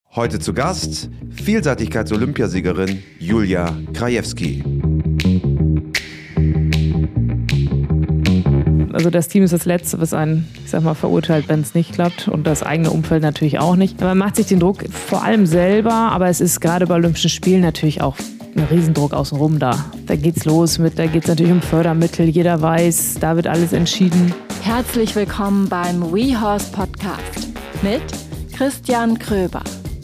Heute zu Gast Vielseitigkeits-Olympiasiegerin Julia Krajewski. Also das Team ist das Letzte, was einen, verurteilt, wenn es nicht klappt, und das eigene Umfeld natürlich auch nicht. Man macht sich den Druck vor allem selber, aber es ist gerade bei Olympischen Spielen natürlich auch ein Riesendruck außenrum da. Da geht's los da geht's natürlich um Fördermittel, jeder weiß, da wird alles entschieden. Herzlich willkommen beim WeHorse Podcast mit Christian Kröber.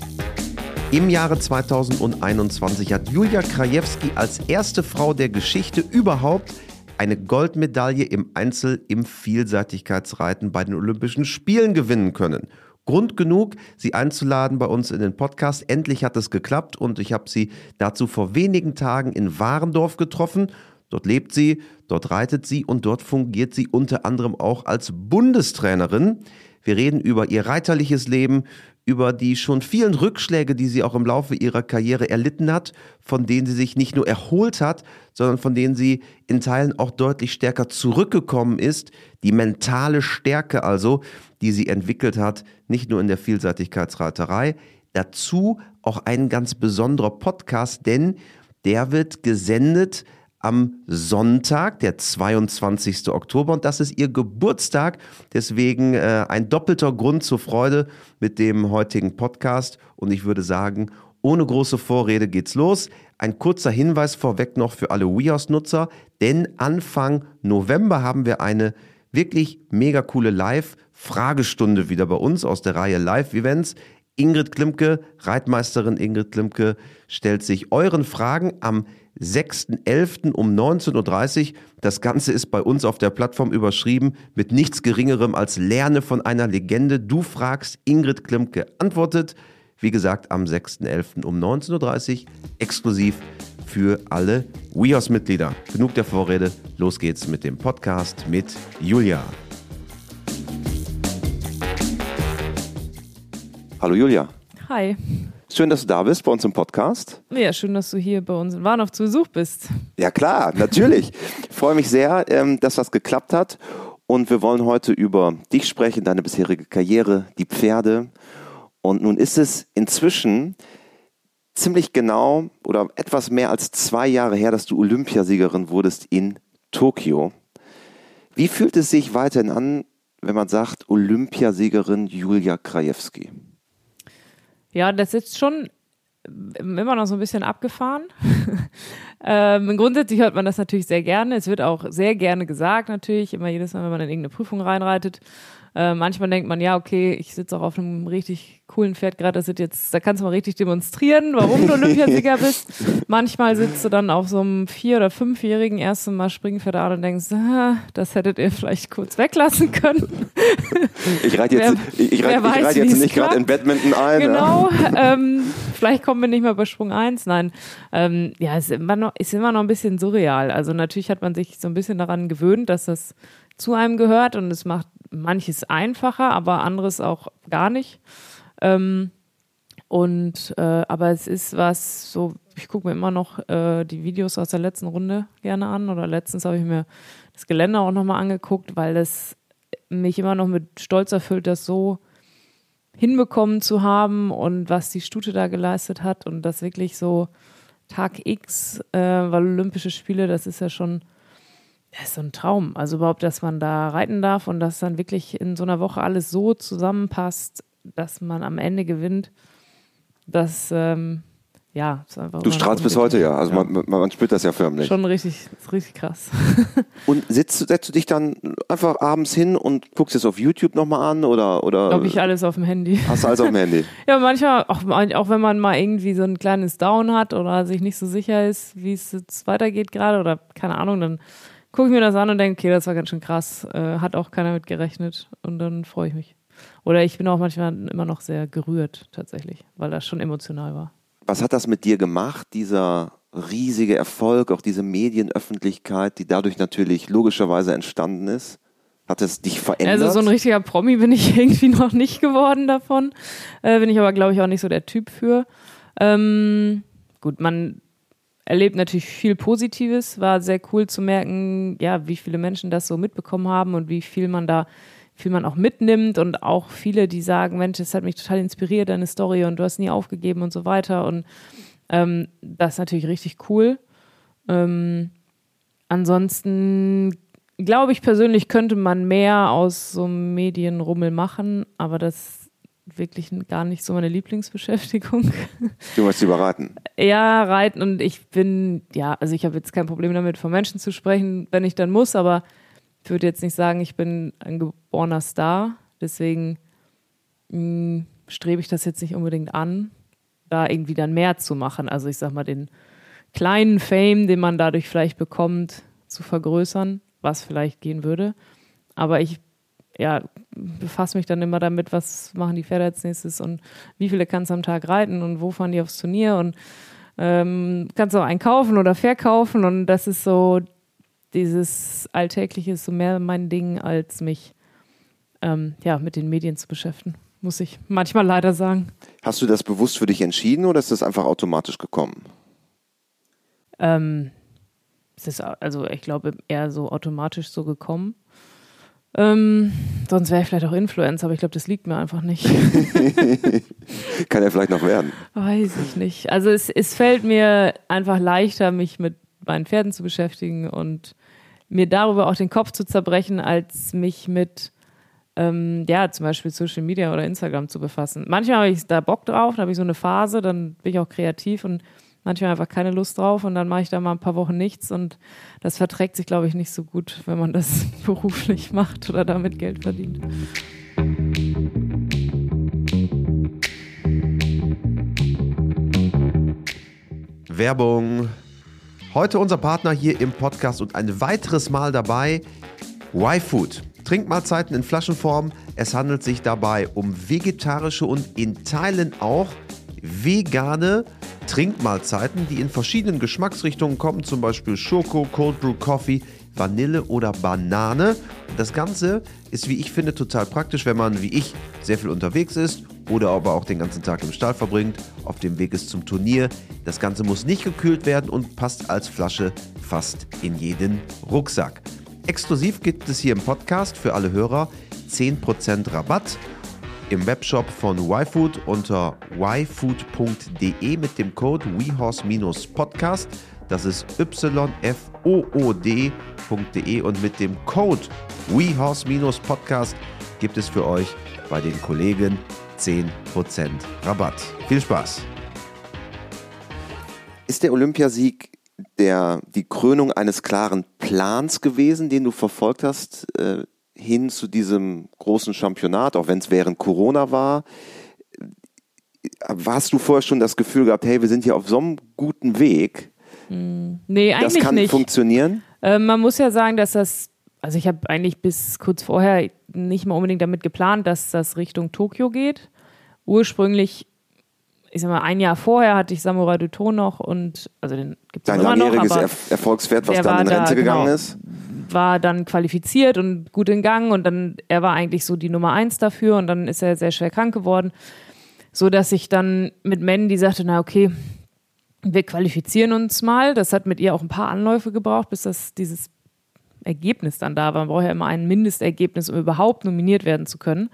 Im Jahre 2021 hat Julia Krajewski als erste Frau der Geschichte überhaupt eine Goldmedaille im Einzel im Vielseitigkeitsreiten bei den Olympischen Spielen gewinnen können. Grund genug, sie einzuladen bei uns in den Podcast. Endlich hat es geklappt und ich habe sie dazu vor wenigen Tagen in Warendorf getroffen. Dort lebt sie, dort reitet sie und dort fungiert sie unter anderem auch als Bundestrainerin. Wir reden über ihr reiterliches Leben, über die schon vielen Rückschläge, die sie auch im Laufe ihrer Karriere erlitten hat, von denen sie sich nicht nur erholt hat, sondern von denen sie in Teilen auch deutlich stärker zurückgekommen ist. Die mentale Stärke also, die sie entwickelt hat, nicht nur in der Vielseitigkeitsreiterei. Dazu auch ein ganz besonderer Podcast, denn der wird gesendet am Sonntag, der 22. Oktober, und das ist ihr Geburtstag. Deswegen ein doppelter Grund zur Freude mit dem heutigen Podcast. Und ich würde sagen, ohne große Vorrede geht's los. Ein kurzer Hinweis vorweg noch für alle WeHorse-Nutzer, denn Anfang November haben wir eine wirklich mega coole Live-Fragestunde wieder bei uns aus der Reihe Live-Events. Ingrid Klimke, Reitmeisterin Ingrid Klimke, stellt sich euren Fragen am 6.11. um 19.30 Uhr. Das Ganze ist bei uns auf der Plattform überschrieben mit nichts Geringerem als Lerne von einer Legende. Du fragst, Ingrid Klimke antwortet. Wie gesagt, am 6.11. um 19.30 Uhr exklusiv für alle WeHorse-Mitglieder. Genug der Vorrede, los geht's mit dem Podcast mit Julia. Hallo Julia. Hi. Schön, dass du da bist bei uns im Podcast. Ja, schön, dass du hier bei uns in Warndorf zu Besuch bist. Ja klar, natürlich. Ich freue mich sehr, dass das geklappt hat. Und wir wollen heute über dich sprechen, deine bisherige Karriere, die Pferde. Und nun ist es inzwischen ziemlich genau oder etwas mehr als 2 Jahre her, dass du Olympiasiegerin wurdest in Tokio. Wie fühlt es sich weiterhin an, wenn man sagt Olympiasiegerin Julia Krajewski? Ja, das ist schon immer noch so ein bisschen abgefahren. Grundsätzlich hört man das natürlich sehr gerne. Es wird auch sehr gerne gesagt natürlich, immer jedes Mal, wenn man in irgendeine Prüfung reinreitet. Manchmal denkt man, ja, okay, ich sitze auch auf einem richtig coolen Pferd gerade, da kannst du mal richtig demonstrieren, warum du Olympiasieger bist. Manchmal sitzt du dann auf so einem 4- oder 5-jährigen ersten Mal Springpferd an und denkst, das hättet ihr vielleicht kurz weglassen können. Ich reite jetzt nicht gerade in Badminton ein. Genau, vielleicht kommen wir nicht mal bei Sprung 1. Nein, ist immer noch ein bisschen surreal. Also natürlich hat man sich so ein bisschen daran gewöhnt, dass das zu einem gehört und es macht manches einfacher, aber anderes auch gar nicht. Aber es ist was, so, ich gucke mir immer noch die Videos aus der letzten Runde gerne an, oder letztens habe ich mir das Gelände auch nochmal angeguckt, weil das mich immer noch mit Stolz erfüllt, das so hinbekommen zu haben und was die Stute da geleistet hat und das wirklich so Tag X, weil Olympische Spiele, das ist ja schon, das ist so ein Traum. Also überhaupt, dass man da reiten darf und dass dann wirklich in so einer Woche alles so zusammenpasst, dass man am Ende gewinnt. Das, ist einfach. Du strahlst bis heute, ja. Also ja. Man spürt das ja förmlich. Schon richtig krass. Und setzt du dich dann einfach abends hin und guckst es auf YouTube nochmal an oder? Glaube ich, alles auf dem Handy. Hast du alles auf dem Handy? Ja, manchmal, auch wenn man mal irgendwie so ein kleines Down hat oder sich nicht so sicher ist, wie es jetzt weitergeht gerade oder keine Ahnung, dann gucke ich mir das an und denke, okay, das war ganz schön krass, hat auch keiner mit gerechnet und dann freue ich mich. Oder ich bin auch manchmal immer noch sehr gerührt tatsächlich, weil das schon emotional war. Was hat das mit dir gemacht, dieser riesige Erfolg, auch diese Medienöffentlichkeit, die dadurch natürlich logischerweise entstanden ist? Hat es dich verändert? Also so ein richtiger Promi bin ich irgendwie noch nicht geworden davon, bin ich aber glaube ich auch nicht so der Typ für. Gut, man erlebt natürlich viel Positives, war sehr cool zu merken, ja, wie viele Menschen das so mitbekommen haben und wie viel man da viel man auch mitnimmt und auch viele, die sagen, Mensch, das hat mich total inspiriert, deine Story und du hast nie aufgegeben und so weiter und das ist natürlich richtig cool. Ansonsten glaube ich persönlich, könnte man mehr aus so einem Medienrummel machen, aber das ist wirklich gar nicht so meine Lieblingsbeschäftigung. Du musst lieber reiten. Ja, reiten und ich habe jetzt kein Problem damit, von Menschen zu sprechen, wenn ich dann muss, aber ich würde jetzt nicht sagen, ich bin ein geborener Star, deswegen strebe ich das jetzt nicht unbedingt an, da irgendwie dann mehr zu machen. Also ich sag mal, den kleinen Fame, den man dadurch vielleicht bekommt, zu vergrößern, was vielleicht gehen würde. Aber ich befasse mich dann immer damit, was machen die Pferde als nächstes und wie viele kannst du am Tag reiten und wo fahren die aufs Turnier und kannst du auch einkaufen oder verkaufen und das ist so, dieses Alltägliche ist so mehr mein Ding, als mich mit den Medien zu beschäftigen, muss ich manchmal leider sagen. Hast du das bewusst für dich entschieden oder ist das einfach automatisch gekommen? Es ist also, ich glaube, eher so automatisch so gekommen. Sonst wäre ich vielleicht auch Influencer, aber ich glaube, das liegt mir einfach nicht. Kann er vielleicht noch werden? Weiß ich nicht. Also es fällt mir einfach leichter, mich mit meinen Pferden zu beschäftigen und mir darüber auch den Kopf zu zerbrechen, als mich mit zum Beispiel Social Media oder Instagram zu befassen. Manchmal habe ich da Bock drauf, dann habe ich so eine Phase, dann bin ich auch kreativ und manchmal einfach keine Lust drauf und dann mache ich da mal ein paar Wochen nichts und das verträgt sich, glaube ich, nicht so gut, wenn man das beruflich macht oder damit Geld verdient. Werbung. Heute unser Partner hier im Podcast und ein weiteres Mal dabei, Y-Food. Trinkmahlzeiten in Flaschenform. Es handelt sich dabei um vegetarische und in Teilen auch vegane Trinkmahlzeiten, die in verschiedenen Geschmacksrichtungen kommen, zum Beispiel Schoko, Cold Brew Coffee, Vanille oder Banane. Das Ganze ist, wie ich finde, total praktisch, wenn man, wie ich, sehr viel unterwegs ist oder aber auch den ganzen Tag im Stall verbringt, auf dem Weg ist zum Turnier. Das Ganze muss nicht gekühlt werden und passt als Flasche fast in jeden Rucksack. Exklusiv gibt es hier im Podcast für alle Hörer 10% Rabatt im Webshop von Y-Food unter yfood.de mit dem Code WeHorse-Podcast. Das ist yfood.de und mit dem Code WeHorse-Podcast gibt es für euch bei den Kollegen 10% Rabatt. Viel Spaß! Ist der Olympiasieg die Krönung eines klaren Plans gewesen, den du verfolgt hast, hin zu diesem großen Championat, auch wenn es während Corona war? Hast du vorher schon das Gefühl gehabt, hey, wir sind hier auf so einem guten Weg? Nee, eigentlich nicht. Das kann funktionieren? Man muss ja sagen, dass also ich habe eigentlich bis kurz vorher nicht mal unbedingt damit geplant, dass das Richtung Tokio geht. Ursprünglich, ich sag mal, ein Jahr vorher hatte ich Samurai Duton noch und, also den gibt es immer noch. Dein langjähriges Erfolgspferd, was dann in Rente gegangen ist? War dann qualifiziert und gut in Gang und dann, er war eigentlich so die Nummer 1 dafür und dann ist er sehr schwer krank geworden, so dass ich dann mit Mandy sagte, na okay, wir qualifizieren uns mal. Das hat mit ihr auch ein paar Anläufe gebraucht, bis dieses Ergebnis dann da war. Man braucht ja immer ein Mindestergebnis, um überhaupt nominiert werden zu können.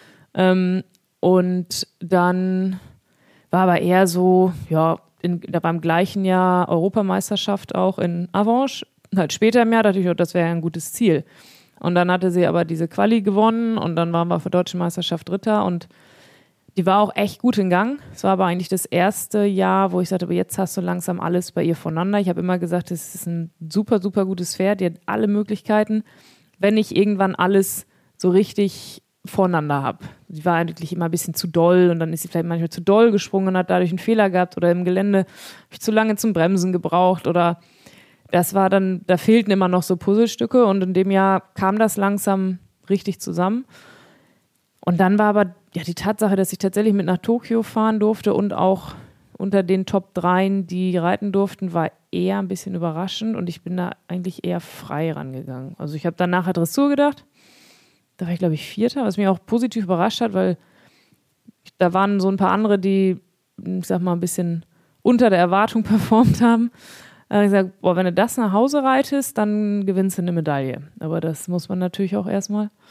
Und dann war aber eher so, da war im gleichen Jahr Europameisterschaft auch in Avenches. Halt später im Jahr dachte ich, das wäre ja ein gutes Ziel. Und dann hatte sie aber diese Quali gewonnen und dann waren wir für Deutsche Meisterschaft Dritter und die war auch echt gut in Gang. Es war aber eigentlich das erste Jahr, wo ich sagte, aber jetzt hast du langsam alles bei ihr voneinander. Ich habe immer gesagt, es ist ein super, super gutes Pferd, die hat alle Möglichkeiten, wenn ich irgendwann alles so richtig voneinander habe. Sie war eigentlich immer ein bisschen zu doll und dann ist sie vielleicht manchmal zu doll gesprungen und hat dadurch einen Fehler gehabt oder im Gelände habe ich zu lange zum Bremsen gebraucht oder das war dann, da fehlten immer noch so Puzzlestücke und in dem Jahr kam das langsam richtig zusammen. Und dann war aber die Tatsache, dass ich tatsächlich mit nach Tokio fahren durfte und auch unter den Top 3, die reiten durften, war eher ein bisschen überraschend und ich bin da eigentlich eher frei rangegangen. Also ich habe dann nachher Dressur gedacht, da war ich glaube ich Vierter, was mich auch positiv überrascht hat, weil da waren so ein paar andere, die, ich sag mal, ein bisschen unter der Erwartung performt haben. Da habe ich gesagt, wenn du das nach Hause reitest, dann gewinnst du eine Medaille. Aber das muss man natürlich auch erstmal.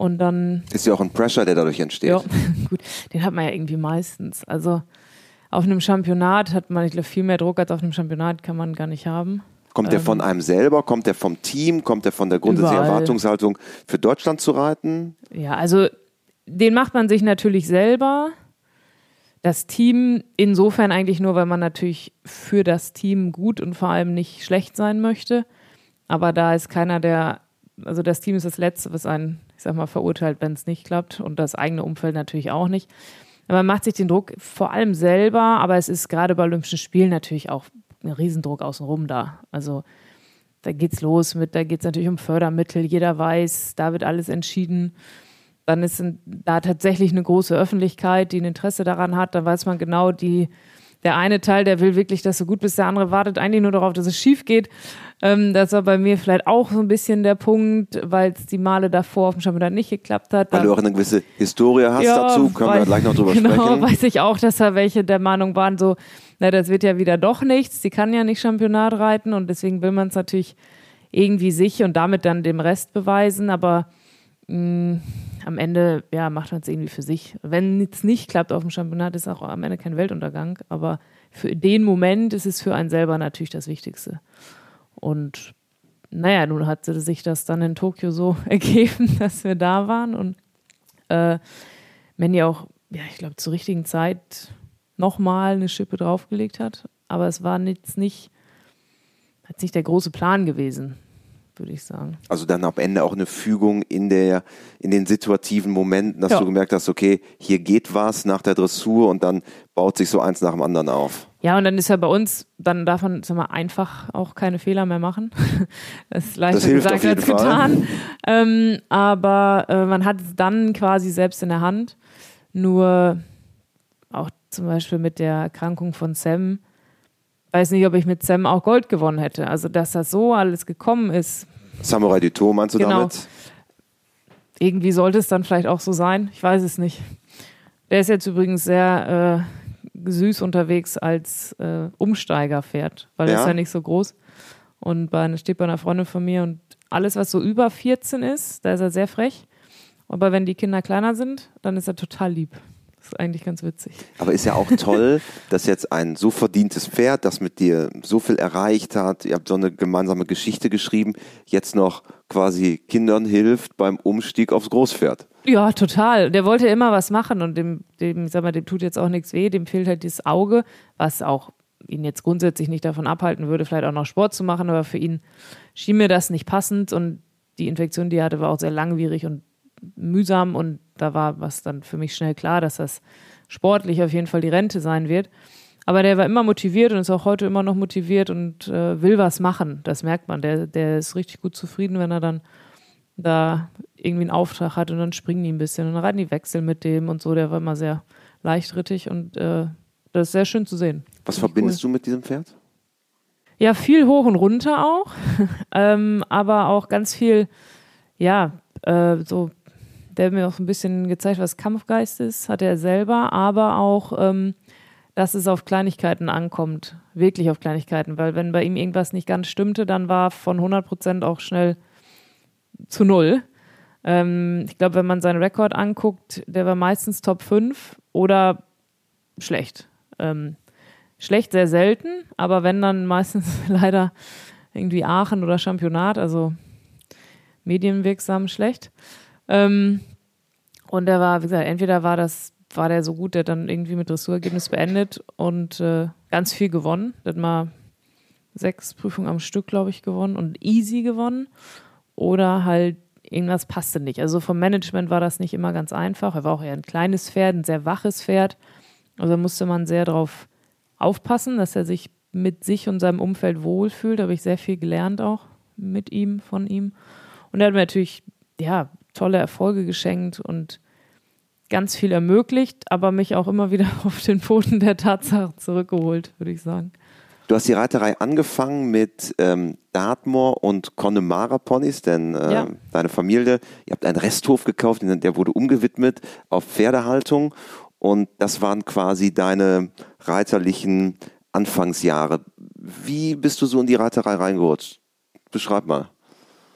Und dann... Ist ja auch ein Pressure, der dadurch entsteht. Ja, gut, den hat man ja irgendwie meistens. Also auf einem Championat hat man, ich glaube, viel mehr Druck als auf einem Championat kann man gar nicht haben. Kommt der von einem selber? Kommt der vom Team? Kommt der von der grundsätzlichen Erwartungshaltung, für Deutschland zu reiten? Ja, also den macht man sich natürlich selber. Das Team insofern eigentlich nur, weil man natürlich für das Team gut und vor allem nicht schlecht sein möchte. Aber da ist keiner, also das Team ist das Letzte, was einen, ich sag mal, verurteilt, wenn es nicht klappt. Und das eigene Umfeld natürlich auch nicht. Man macht sich den Druck vor allem selber, aber es ist gerade bei Olympischen Spielen natürlich auch ein Riesendruck außenrum da. Also da geht's los da geht's natürlich um Fördermittel. Jeder weiß, da wird alles entschieden. Dann ist da tatsächlich eine große Öffentlichkeit, die ein Interesse daran hat. Dann weiß man genau, der eine Teil, der will wirklich, dass so gut ist, der andere wartet eigentlich nur darauf, dass es schief geht. Das war bei mir vielleicht auch so ein bisschen der Punkt, weil es die Male davor auf dem Championat nicht geklappt hat. Weil du auch eine gewisse Historie hast dazu, können wir gleich noch drüber sprechen. Genau, weiß ich auch, dass da welche der Meinung waren, so, das wird ja wieder doch nichts, die kann ja nicht Championat reiten und deswegen will man es natürlich irgendwie sich und damit dann dem Rest beweisen, aber am Ende, ja, macht man es irgendwie für sich. Wenn es nicht klappt auf dem Championat, ist auch am Ende kein Weltuntergang. Aber für den Moment ist es für einen selber natürlich das Wichtigste. Und naja, nun hat sich das dann in Tokio so ergeben, dass wir da waren. Und Mandy auch, ja, ich glaube, zur richtigen Zeit nochmal eine Schippe draufgelegt hat. Aber es war jetzt nicht der große Plan gewesen, würde ich sagen. Also dann am Ende auch eine Fügung in den situativen Momenten, dass du gemerkt hast, okay, hier geht was nach der Dressur und dann baut sich so eins nach dem anderen auf. Ja, und dann ist ja bei uns, dann darf man, sag mal, einfach auch keine Fehler mehr machen. Das ist leichter gesagt als getan. Aber man hat es dann quasi selbst in der Hand. Nur auch zum Beispiel mit der Erkrankung von Sam, weiß nicht, ob ich mit Sam auch Gold gewonnen hätte. Also, dass das so alles gekommen ist. Samurai Duto, meinst du damit? Irgendwie sollte es dann vielleicht auch so sein. Ich weiß es nicht. Der ist jetzt übrigens sehr süß unterwegs als Umsteigerpferd, weil er ist ja nicht so groß. Und steht bei einer Freundin von mir und alles, was so über 14 ist, da ist er sehr frech. Aber wenn die Kinder kleiner sind, dann ist er total lieb. Das ist eigentlich ganz witzig. Aber ist ja auch toll, dass jetzt ein so verdientes Pferd, das mit dir so viel erreicht hat, ihr habt so eine gemeinsame Geschichte geschrieben, jetzt noch quasi Kindern hilft beim Umstieg aufs Großpferd. Ja, total. Der wollte immer was machen und dem tut jetzt auch nichts weh, dem fehlt halt dieses Auge, was auch ihn jetzt grundsätzlich nicht davon abhalten würde, vielleicht auch noch Sport zu machen, aber für ihn schien mir das nicht passend und die Infektion, die er hatte, war auch sehr langwierig und mühsam und da war was dann für mich schnell klar, dass das sportlich auf jeden Fall die Rente sein wird. Aber der war immer motiviert und ist auch heute immer noch motiviert und will was machen. Das merkt man. Der ist richtig gut zufrieden, wenn er dann da irgendwie einen Auftrag hat und dann springen die ein bisschen und dann reiten die Wechsel mit dem und so. Der war immer sehr leichtrittig und das ist sehr schön zu sehen. Was verbindest du mit diesem Pferd? Ja, viel hoch und runter auch, aber auch ganz viel, ja, so. Der hat mir auch so ein bisschen gezeigt, was Kampfgeist ist, hat er selber, aber auch, dass es auf Kleinigkeiten ankommt, wirklich auf Kleinigkeiten, weil wenn bei ihm irgendwas nicht ganz stimmte, dann war von 100% auch schnell zu 0. Ich glaube, wenn man seinen Rekord anguckt, der war meistens Top 5 oder schlecht. Schlecht sehr selten, aber wenn dann meistens leider irgendwie Aachen oder Championat, also medienwirksam schlecht. Und der war, wie gesagt, entweder war der so gut, der hat dann irgendwie mit Dressurergebnis beendet und ganz viel gewonnen. Der hat mal 6 Prüfungen am Stück, glaube ich, gewonnen und easy gewonnen. Oder halt irgendwas passte nicht. Also vom Management war das nicht immer ganz einfach. Er war auch eher ein kleines Pferd, ein sehr waches Pferd. Also da musste man sehr drauf aufpassen, dass er sich mit sich und seinem Umfeld wohlfühlt. Da habe ich sehr viel gelernt auch mit ihm, von ihm. Und er hat mir natürlich, ja, tolle Erfolge geschenkt und ganz viel ermöglicht, aber mich auch immer wieder auf den Boden der Tatsachen zurückgeholt, würde ich sagen. Du hast die Reiterei angefangen mit Dartmoor und Connemara Ponys, denn deine Familie, ihr habt einen Resthof gekauft, der wurde umgewidmet auf Pferdehaltung und das waren quasi deine reiterlichen Anfangsjahre. Wie bist du so in die Reiterei reingerutscht? Beschreib mal.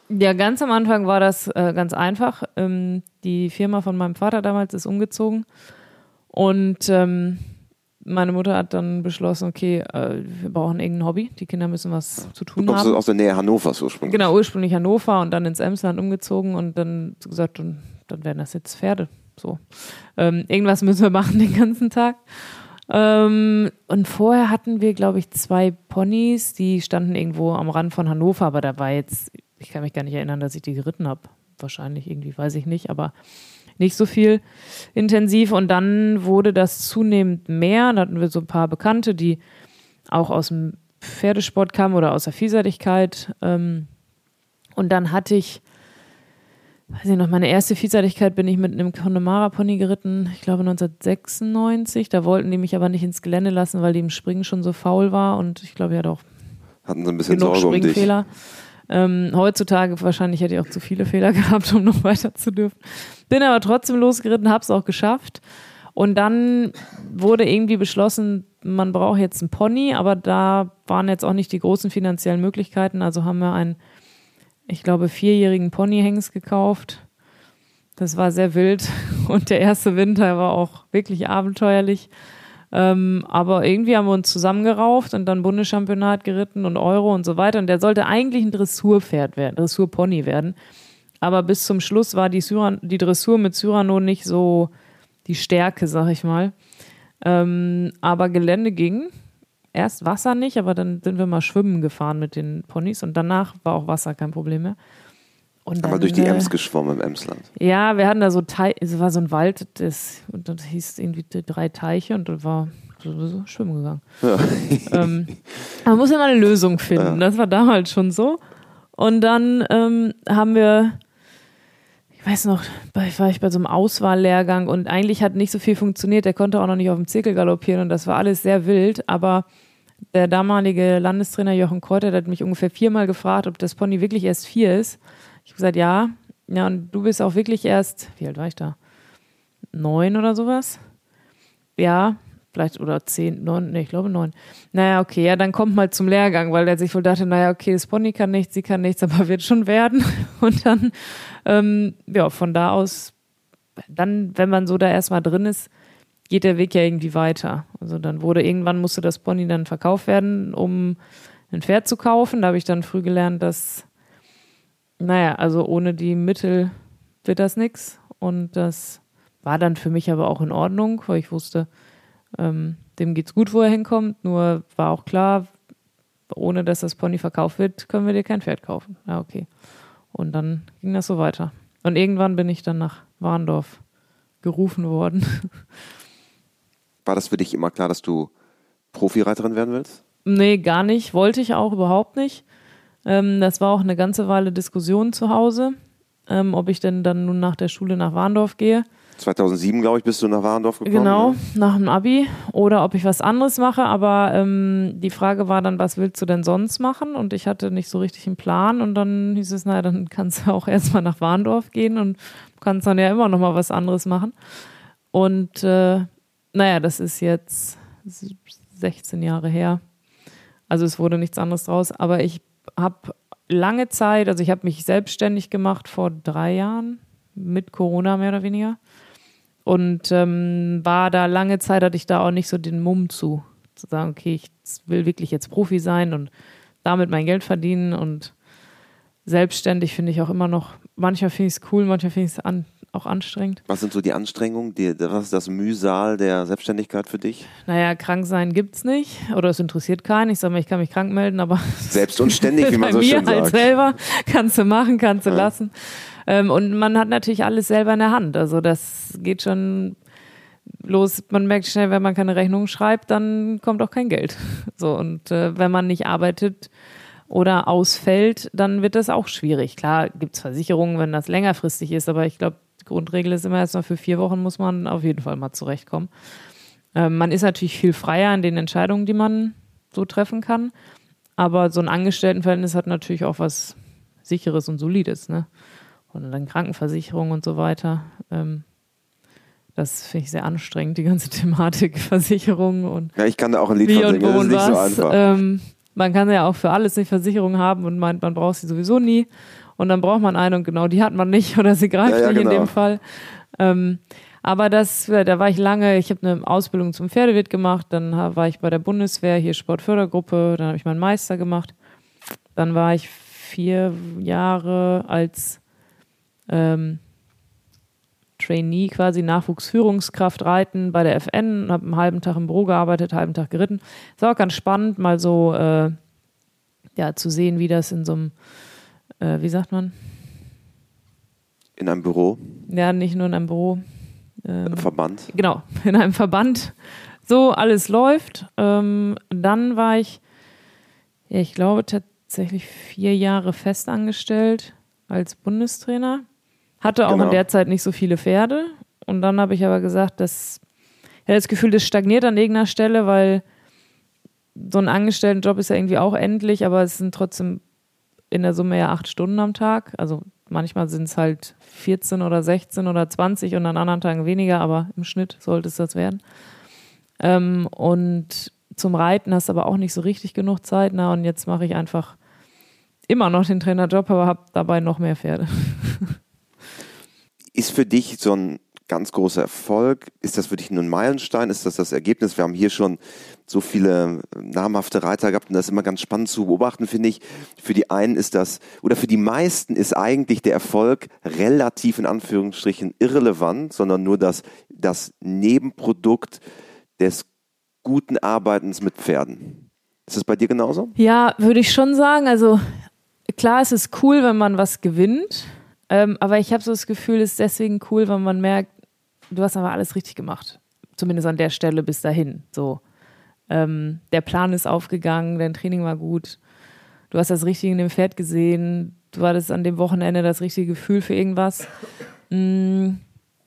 Ja, ganz am Anfang war das ganz einfach. Die Firma von meinem Vater damals ist umgezogen und meine Mutter hat dann beschlossen, okay, wir brauchen irgendein Hobby, die Kinder müssen was zu tun haben. Du kommst aus der Nähe Hannovers ursprünglich. Genau, ursprünglich Hannover und dann ins Emsland umgezogen und dann gesagt, dann werden das jetzt Pferde. So. Irgendwas müssen wir machen den ganzen Tag. Und vorher hatten wir, glaube ich, 2 Ponys, die standen irgendwo am Rand von Hannover, aber da war jetzt, ich kann mich gar nicht erinnern, dass ich die geritten habe. Wahrscheinlich irgendwie, weiß ich nicht, aber nicht so viel intensiv. Und dann wurde das zunehmend mehr. Da hatten wir so ein paar Bekannte, die auch aus dem Pferdesport kamen oder aus der Vielseitigkeit. Und dann hatte ich, weiß ich noch, meine erste Vielseitigkeit bin ich mit einem Connemara-Pony geritten, ich glaube 1996. Da wollten die mich aber nicht ins Gelände lassen, weil die im Springen schon so faul war. Und ich glaube, hatten sie ein bisschen genug Sorge Springfehler. Um dich. Heutzutage wahrscheinlich hätte ich auch zu viele Fehler gehabt, um noch weiter zu dürfen. Bin aber trotzdem losgeritten, habe es auch geschafft. Und dann wurde irgendwie beschlossen, man braucht jetzt einen Pony, aber da waren jetzt auch nicht die großen finanziellen Möglichkeiten. Also haben wir einen, ich glaube, 4-jährigen Ponyhengst gekauft. Das war sehr wild und der erste Winter war auch wirklich abenteuerlich. Aber irgendwie haben wir uns zusammengerauft und dann Bundeschampionat geritten und Euro und so weiter. Und der sollte eigentlich ein Dressurpferd werden, Dressurpony werden. Aber bis zum Schluss war die Dressur mit Cyrano nicht so die Stärke, sag ich mal. Aber Gelände ging. Erst Wasser nicht, aber dann sind wir mal schwimmen gefahren mit den Ponys und danach war auch Wasser kein Problem mehr. Und dann, aber durch die Ems geschwommen im Emsland. Ja, wir hatten da so es war so ein Wald, und das hieß irgendwie 3 Teiche und da war so schwimmen gegangen. Ja. Man muss immer eine Lösung finden. Ja. Das war damals schon so. Und dann haben wir, ich weiß noch, war ich bei so einem Auswahllehrgang und eigentlich hat nicht so viel funktioniert. Der konnte auch noch nicht auf dem Zirkel galoppieren und das war alles sehr wild, aber der damalige Landestrainer Jochen Kräuter, der hat mich ungefähr 4-mal gefragt, ob das Pony wirklich erst 4 ist. Ich habe gesagt, ja, und du bist auch wirklich erst, wie alt war ich da? 9 oder sowas? Ja, vielleicht, oder 10, 9, ne, ich glaube 9. Naja, okay, ja, dann kommt mal zum Lehrgang, weil der sich wohl dachte, naja, okay, das Pony kann nichts, sie kann nichts, aber wird schon werden. Und dann, von da aus, dann, wenn man so da erstmal drin ist, geht der Weg ja irgendwie weiter. Also dann musste das Pony dann verkauft werden, um ein Pferd zu kaufen. Da habe ich dann früh gelernt, dass also ohne die Mittel wird das nichts. Und das war dann für mich aber auch in Ordnung, weil ich wusste, dem geht's gut, wo er hinkommt. Nur war auch klar, ohne dass das Pony verkauft wird, können wir dir kein Pferd kaufen. Ja, okay. Und dann ging das so weiter. Und irgendwann bin ich dann nach Warndorf gerufen worden. War das für dich immer klar, dass du Profireiterin werden willst? Nee, gar nicht. Wollte ich auch überhaupt nicht. Das war auch eine ganze Weile Diskussion zu Hause, ob ich denn dann nun nach der Schule nach Warndorf gehe. 2007, glaube ich, bist du nach Warndorf gekommen. Genau, ne? Nach dem Abi. Oder ob ich was anderes mache. Aber die Frage war dann, was willst du denn sonst machen? Und ich hatte nicht so richtig einen Plan. Und dann hieß es, dann kannst du auch erstmal nach Warndorf gehen und kannst dann ja immer noch mal was anderes machen. Und das ist jetzt 16 Jahre her. Also es wurde nichts anderes draus. Aber ich habe lange Zeit, also ich habe mich selbstständig gemacht vor 3 Jahren, mit Corona mehr oder weniger. Und war da lange Zeit, hatte ich da auch nicht so den Mumm zu sagen, okay, ich will wirklich jetzt Profi sein und damit mein Geld verdienen. Und selbstständig finde ich auch immer noch, manchmal finde ich es cool, manchmal finde ich es auch anstrengend. Was sind so die Anstrengungen? Was ist das Mühsal der Selbstständigkeit für dich? Krank sein gibt's nicht. Oder es interessiert keinen. Ich sage mal, ich kann mich krank melden, aber selbst und ständig, wie man so schön sagt. Bei mir halt selber. Kannst du machen, kannst du lassen. Und man hat natürlich alles selber in der Hand. Also das geht schon los. Man merkt schnell, wenn man keine Rechnung schreibt, dann kommt auch kein Geld. So, und wenn man nicht arbeitet oder ausfällt, dann wird das auch schwierig. Klar gibt's Versicherungen, wenn das längerfristig ist, aber ich glaube, die Grundregel ist immer erstmal für 4 Wochen muss man auf jeden Fall mal zurechtkommen. Man ist natürlich viel freier in den Entscheidungen, die man so treffen kann, aber so ein Angestelltenverhältnis hat natürlich auch was Sicheres und Solides, ne? Und dann Krankenversicherung und so weiter. Das finde ich sehr anstrengend, die ganze Thematik Versicherung und ja, ich kann da auch ein Lied von singen, das ist nicht so einfach. Man kann ja auch für alles eine Versicherung haben und meint, man braucht sie sowieso nie. und dann braucht man eine und genau die hat man nicht oder sie greift nicht in dem Fall. Aber da war ich lange, ich habe eine Ausbildung zum Pferdewirt gemacht, dann war ich bei der Bundeswehr, hier Sportfördergruppe, dann habe ich meinen Meister gemacht. Dann war ich 4 Jahre als Trainee quasi, Nachwuchsführungskraft reiten bei der FN, habe einen halben Tag im Büro gearbeitet, halben Tag geritten. Es war auch ganz spannend, mal so zu sehen, wie das in so einem, wie sagt man? In einem Büro? Ja, nicht nur in einem Büro. Verband? Genau, in einem Verband. So, alles läuft. Dann war ich, ich glaube tatsächlich 4 Jahre festangestellt als Bundestrainer. Hatte auch in der Zeit nicht so viele Pferde. Und dann habe ich aber gesagt, ich hatte das Gefühl, das stagniert an irgendeiner Stelle, weil so ein Angestelltenjob ist ja irgendwie auch endlich, aber es sind trotzdem in der Summe ja 8 Stunden am Tag. Also manchmal sind es halt 14 oder 16 oder 20 und an anderen Tagen weniger, aber im Schnitt sollte es das werden. Und zum Reiten hast du aber auch nicht so richtig genug Zeit. Und jetzt mache ich einfach immer noch den Trainerjob, aber habe dabei noch mehr Pferde. Ist für dich so ein ganz großer Erfolg? Ist das für dich nur ein Meilenstein? Ist das Ergebnis? Wir haben hier schon so viele namhafte Reiter gehabt und das ist immer ganz spannend zu beobachten, finde ich. Für die einen ist das, oder für die meisten ist eigentlich der Erfolg relativ in Anführungsstrichen irrelevant, sondern nur das Nebenprodukt des guten Arbeitens mit Pferden. Ist das bei dir genauso? Ja, würde ich schon sagen. Also klar, es ist cool, wenn man was gewinnt. Aber ich habe so das Gefühl, es ist deswegen cool, wenn man merkt, du hast aber alles richtig gemacht. Zumindest an der Stelle bis dahin. So, der Plan ist aufgegangen, dein Training war gut. Du hast das Richtige in dem Pferd gesehen. Du hattest an dem Wochenende das richtige Gefühl für irgendwas. Ja,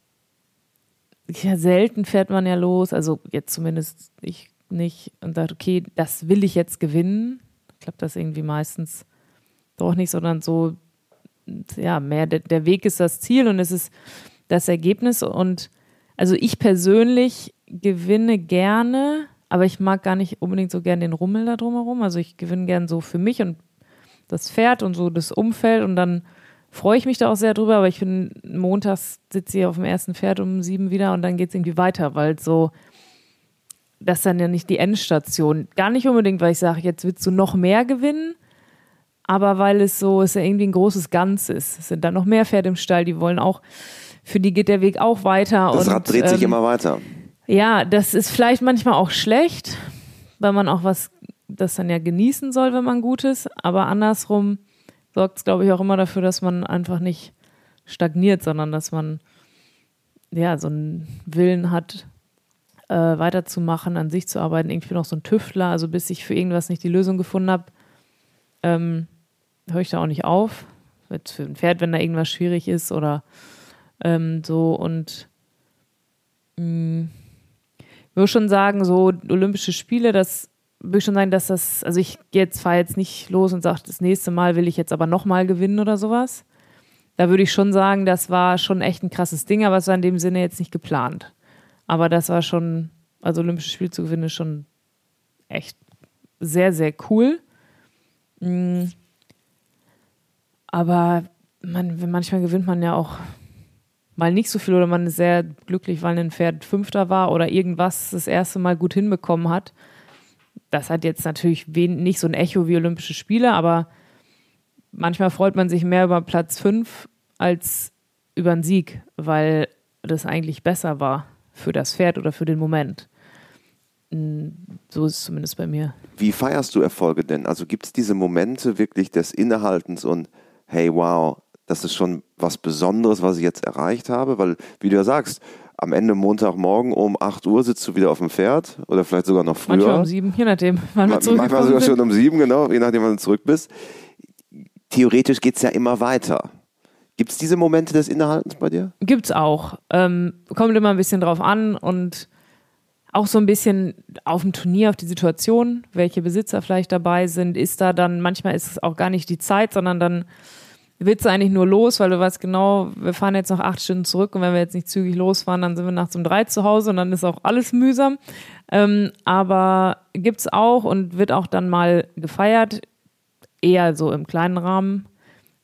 selten fährt man ja los. Also jetzt zumindest ich nicht. Und sagt, okay, das will ich jetzt gewinnen. Klappt das irgendwie meistens doch nicht, sondern so, ja, mehr der Weg ist das Ziel und es ist das Ergebnis. Und also ich persönlich gewinne gerne, aber ich mag gar nicht unbedingt so gern den Rummel da drumherum. Also ich gewinne gern so für mich und das Pferd und so das Umfeld und dann freue ich mich da auch sehr drüber, aber ich bin montags sitze ich auf dem ersten Pferd um 7 wieder und dann geht es irgendwie weiter, weil so, das ist dann ja nicht die Endstation. Gar nicht unbedingt, weil ich sage, jetzt willst du noch mehr gewinnen, aber weil es ja irgendwie ein großes Ganzes. Es sind dann noch mehr Pferde im Stall, die wollen auch, für die geht der Weg auch weiter. Das Rad dreht sich immer weiter. Ja, das ist vielleicht manchmal auch schlecht, weil man auch das dann ja genießen soll, wenn man gut ist. Aber andersrum sorgt es, glaube ich, auch immer dafür, dass man einfach nicht stagniert, sondern dass man ja so einen Willen hat, weiterzumachen, an sich zu arbeiten. Ich bin auch so ein Tüftler, also bis ich für irgendwas nicht die Lösung gefunden habe, höre ich da auch nicht auf. Jetzt für ein Pferd, wenn da irgendwas schwierig ist oder so. Und würde schon sagen, so Olympische Spiele, das würde ich schon sagen, dass das, also ich fahre jetzt nicht los und sage, das nächste Mal will ich jetzt aber nochmal gewinnen oder sowas. Da würde ich schon sagen, das war schon echt ein krasses Ding, aber es war in dem Sinne jetzt nicht geplant. Aber das war schon, also Olympische Spiele zu gewinnen, ist schon echt sehr, sehr cool. Aber manchmal gewinnt man ja auch mal nicht so viel oder man ist sehr glücklich, weil ein Pferd Fünfter war oder irgendwas das erste Mal gut hinbekommen hat. Das hat jetzt natürlich nicht so ein Echo wie Olympische Spiele, aber manchmal freut man sich mehr über Platz 5 als über einen Sieg, weil das eigentlich besser war für das Pferd oder für den Moment. So ist es zumindest bei mir. Wie feierst du Erfolge denn? Also gibt es diese Momente wirklich des Innehaltens und hey, wow, das ist schon was Besonderes, was ich jetzt erreicht habe? Weil, wie du ja sagst, am Ende Montagmorgen um 8 Uhr sitzt du wieder auf dem Pferd oder vielleicht sogar noch früher. Manchmal um 7, je nachdem, wann wir zurückgekommen Manchmal sogar schon um 7, genau, je nachdem, wann du zurück bist. Theoretisch geht es ja immer weiter. Gibt es diese Momente des Innehaltens bei dir? Gibt's auch. Kommt immer ein bisschen drauf an und auch so ein bisschen auf dem Turnier, auf die Situation, welche Besitzer vielleicht dabei sind, ist da dann, manchmal ist es auch gar nicht die Zeit, sondern dann willst du eigentlich nur los, weil du weißt genau, wir fahren jetzt noch 8 Stunden zurück und wenn wir jetzt nicht zügig losfahren, dann sind wir nachts um 3 zu Hause und dann ist auch alles mühsam. Aber gibt's auch und wird auch dann mal gefeiert, eher so im kleinen Rahmen.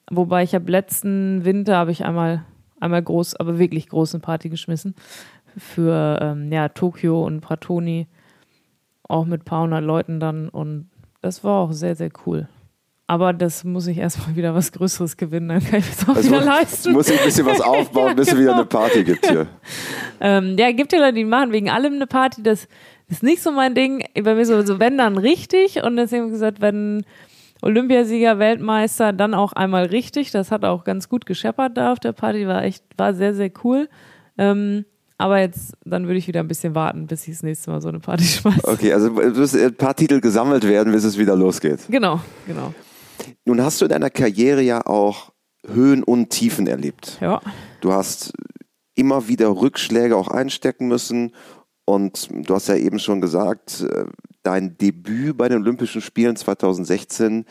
Wobei ich letzten Winter habe ich einmal groß, aber wirklich große Party geschmissen für Tokio und Pratoni, auch mit ein paar hundert Leuten dann, und das war auch sehr, sehr cool. Aber das muss ich erstmal wieder was Größeres gewinnen, dann kann ich das auch wieder leisten. Muss ich ein bisschen was aufbauen, bis es wieder eine Party gibt hier. Gibt ja Leute, die machen wegen allem eine Party, das ist nicht so mein Ding. Bei mir so wenn dann richtig, und deswegen habe ich gesagt, wenn Olympiasieger, Weltmeister, dann auch einmal richtig. Das hat auch ganz gut gescheppert da auf der Party, war sehr, sehr cool. Aber jetzt, dann würde ich wieder ein bisschen warten, bis ich das nächste Mal so eine Party schmeiße. Okay, also müssen ein paar Titel gesammelt werden, bis es wieder losgeht. Genau. Nun hast du in deiner Karriere ja auch Höhen und Tiefen erlebt. Ja. Du hast immer wieder Rückschläge auch einstecken müssen, und du hast ja eben schon gesagt, dein Debüt bei den Olympischen Spielen 2016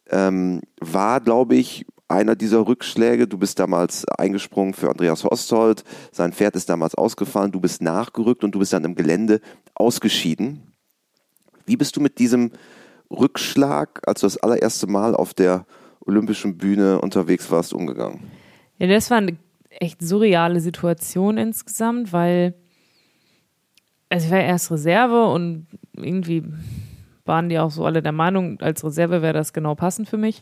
war, glaube ich, einer dieser Rückschläge. Du bist damals eingesprungen für Andreas Hostold, sein Pferd ist damals ausgefallen, du bist nachgerückt und du bist dann im Gelände ausgeschieden. Wie bist du mit diesem Rückschlag, als du das allererste Mal auf der olympischen Bühne unterwegs warst, umgegangen? Ja, das war eine echt surreale Situation insgesamt, weil ich war erst Reserve und irgendwie waren die auch so alle der Meinung, als Reserve wäre das genau passend für mich.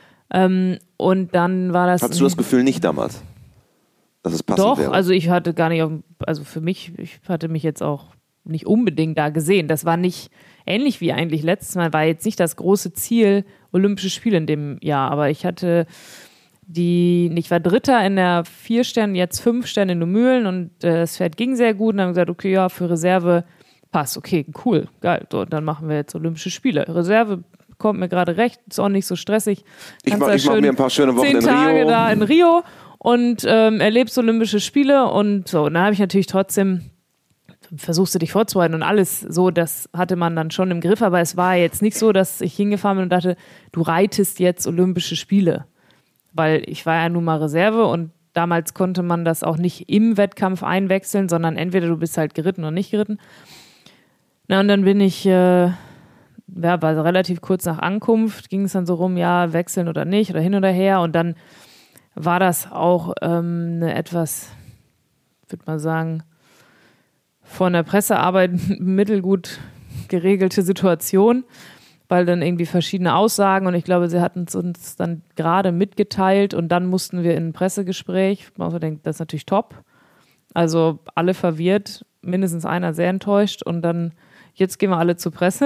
Und dann war das... Hattest du das Gefühl nicht damals, dass es passend wäre? Doch, also ich hatte gar nicht, für mich, ich hatte mich jetzt auch nicht unbedingt da gesehen. Das war nicht ähnlich wie eigentlich letztes Mal, war jetzt nicht das große Ziel Olympische Spiele in dem Jahr, aber ich war Dritter in der 4 Sterne, jetzt 5 Sterne in Mühlen, und das Pferd ging sehr gut, und dann haben wir gesagt, okay, ja, für Reserve passt, okay, cool, geil, so, dann machen wir jetzt Olympische Spiele. Reserve kommt mir gerade recht, ist auch nicht so stressig. Ich mache mir ein paar schöne Wochen 10 in Tage Rio. da in Rio und erlebst Olympische Spiele, und so. Und dann habe ich natürlich trotzdem, versuchst du dich vorzubereiten und alles so, das hatte man dann schon im Griff, aber es war jetzt nicht so, dass ich hingefahren bin und dachte, du reitest jetzt Olympische Spiele. Weil ich war ja nun mal Reserve, und damals konnte man das auch nicht im Wettkampf einwechseln, sondern entweder du bist halt geritten oder nicht geritten. Na, und dann bin ich, war relativ kurz nach Ankunft, ging es dann so rum, ja, wechseln oder nicht, oder hin oder her, und dann war das auch eine etwas, würde man sagen, von der Pressearbeit mittelgut geregelte Situation, weil dann irgendwie verschiedene Aussagen, und ich glaube, sie hatten es uns dann gerade mitgeteilt, und dann mussten wir in ein Pressegespräch. Man denkt, das ist natürlich top. Also alle verwirrt, mindestens einer sehr enttäuscht, und dann, jetzt gehen wir alle zur Presse.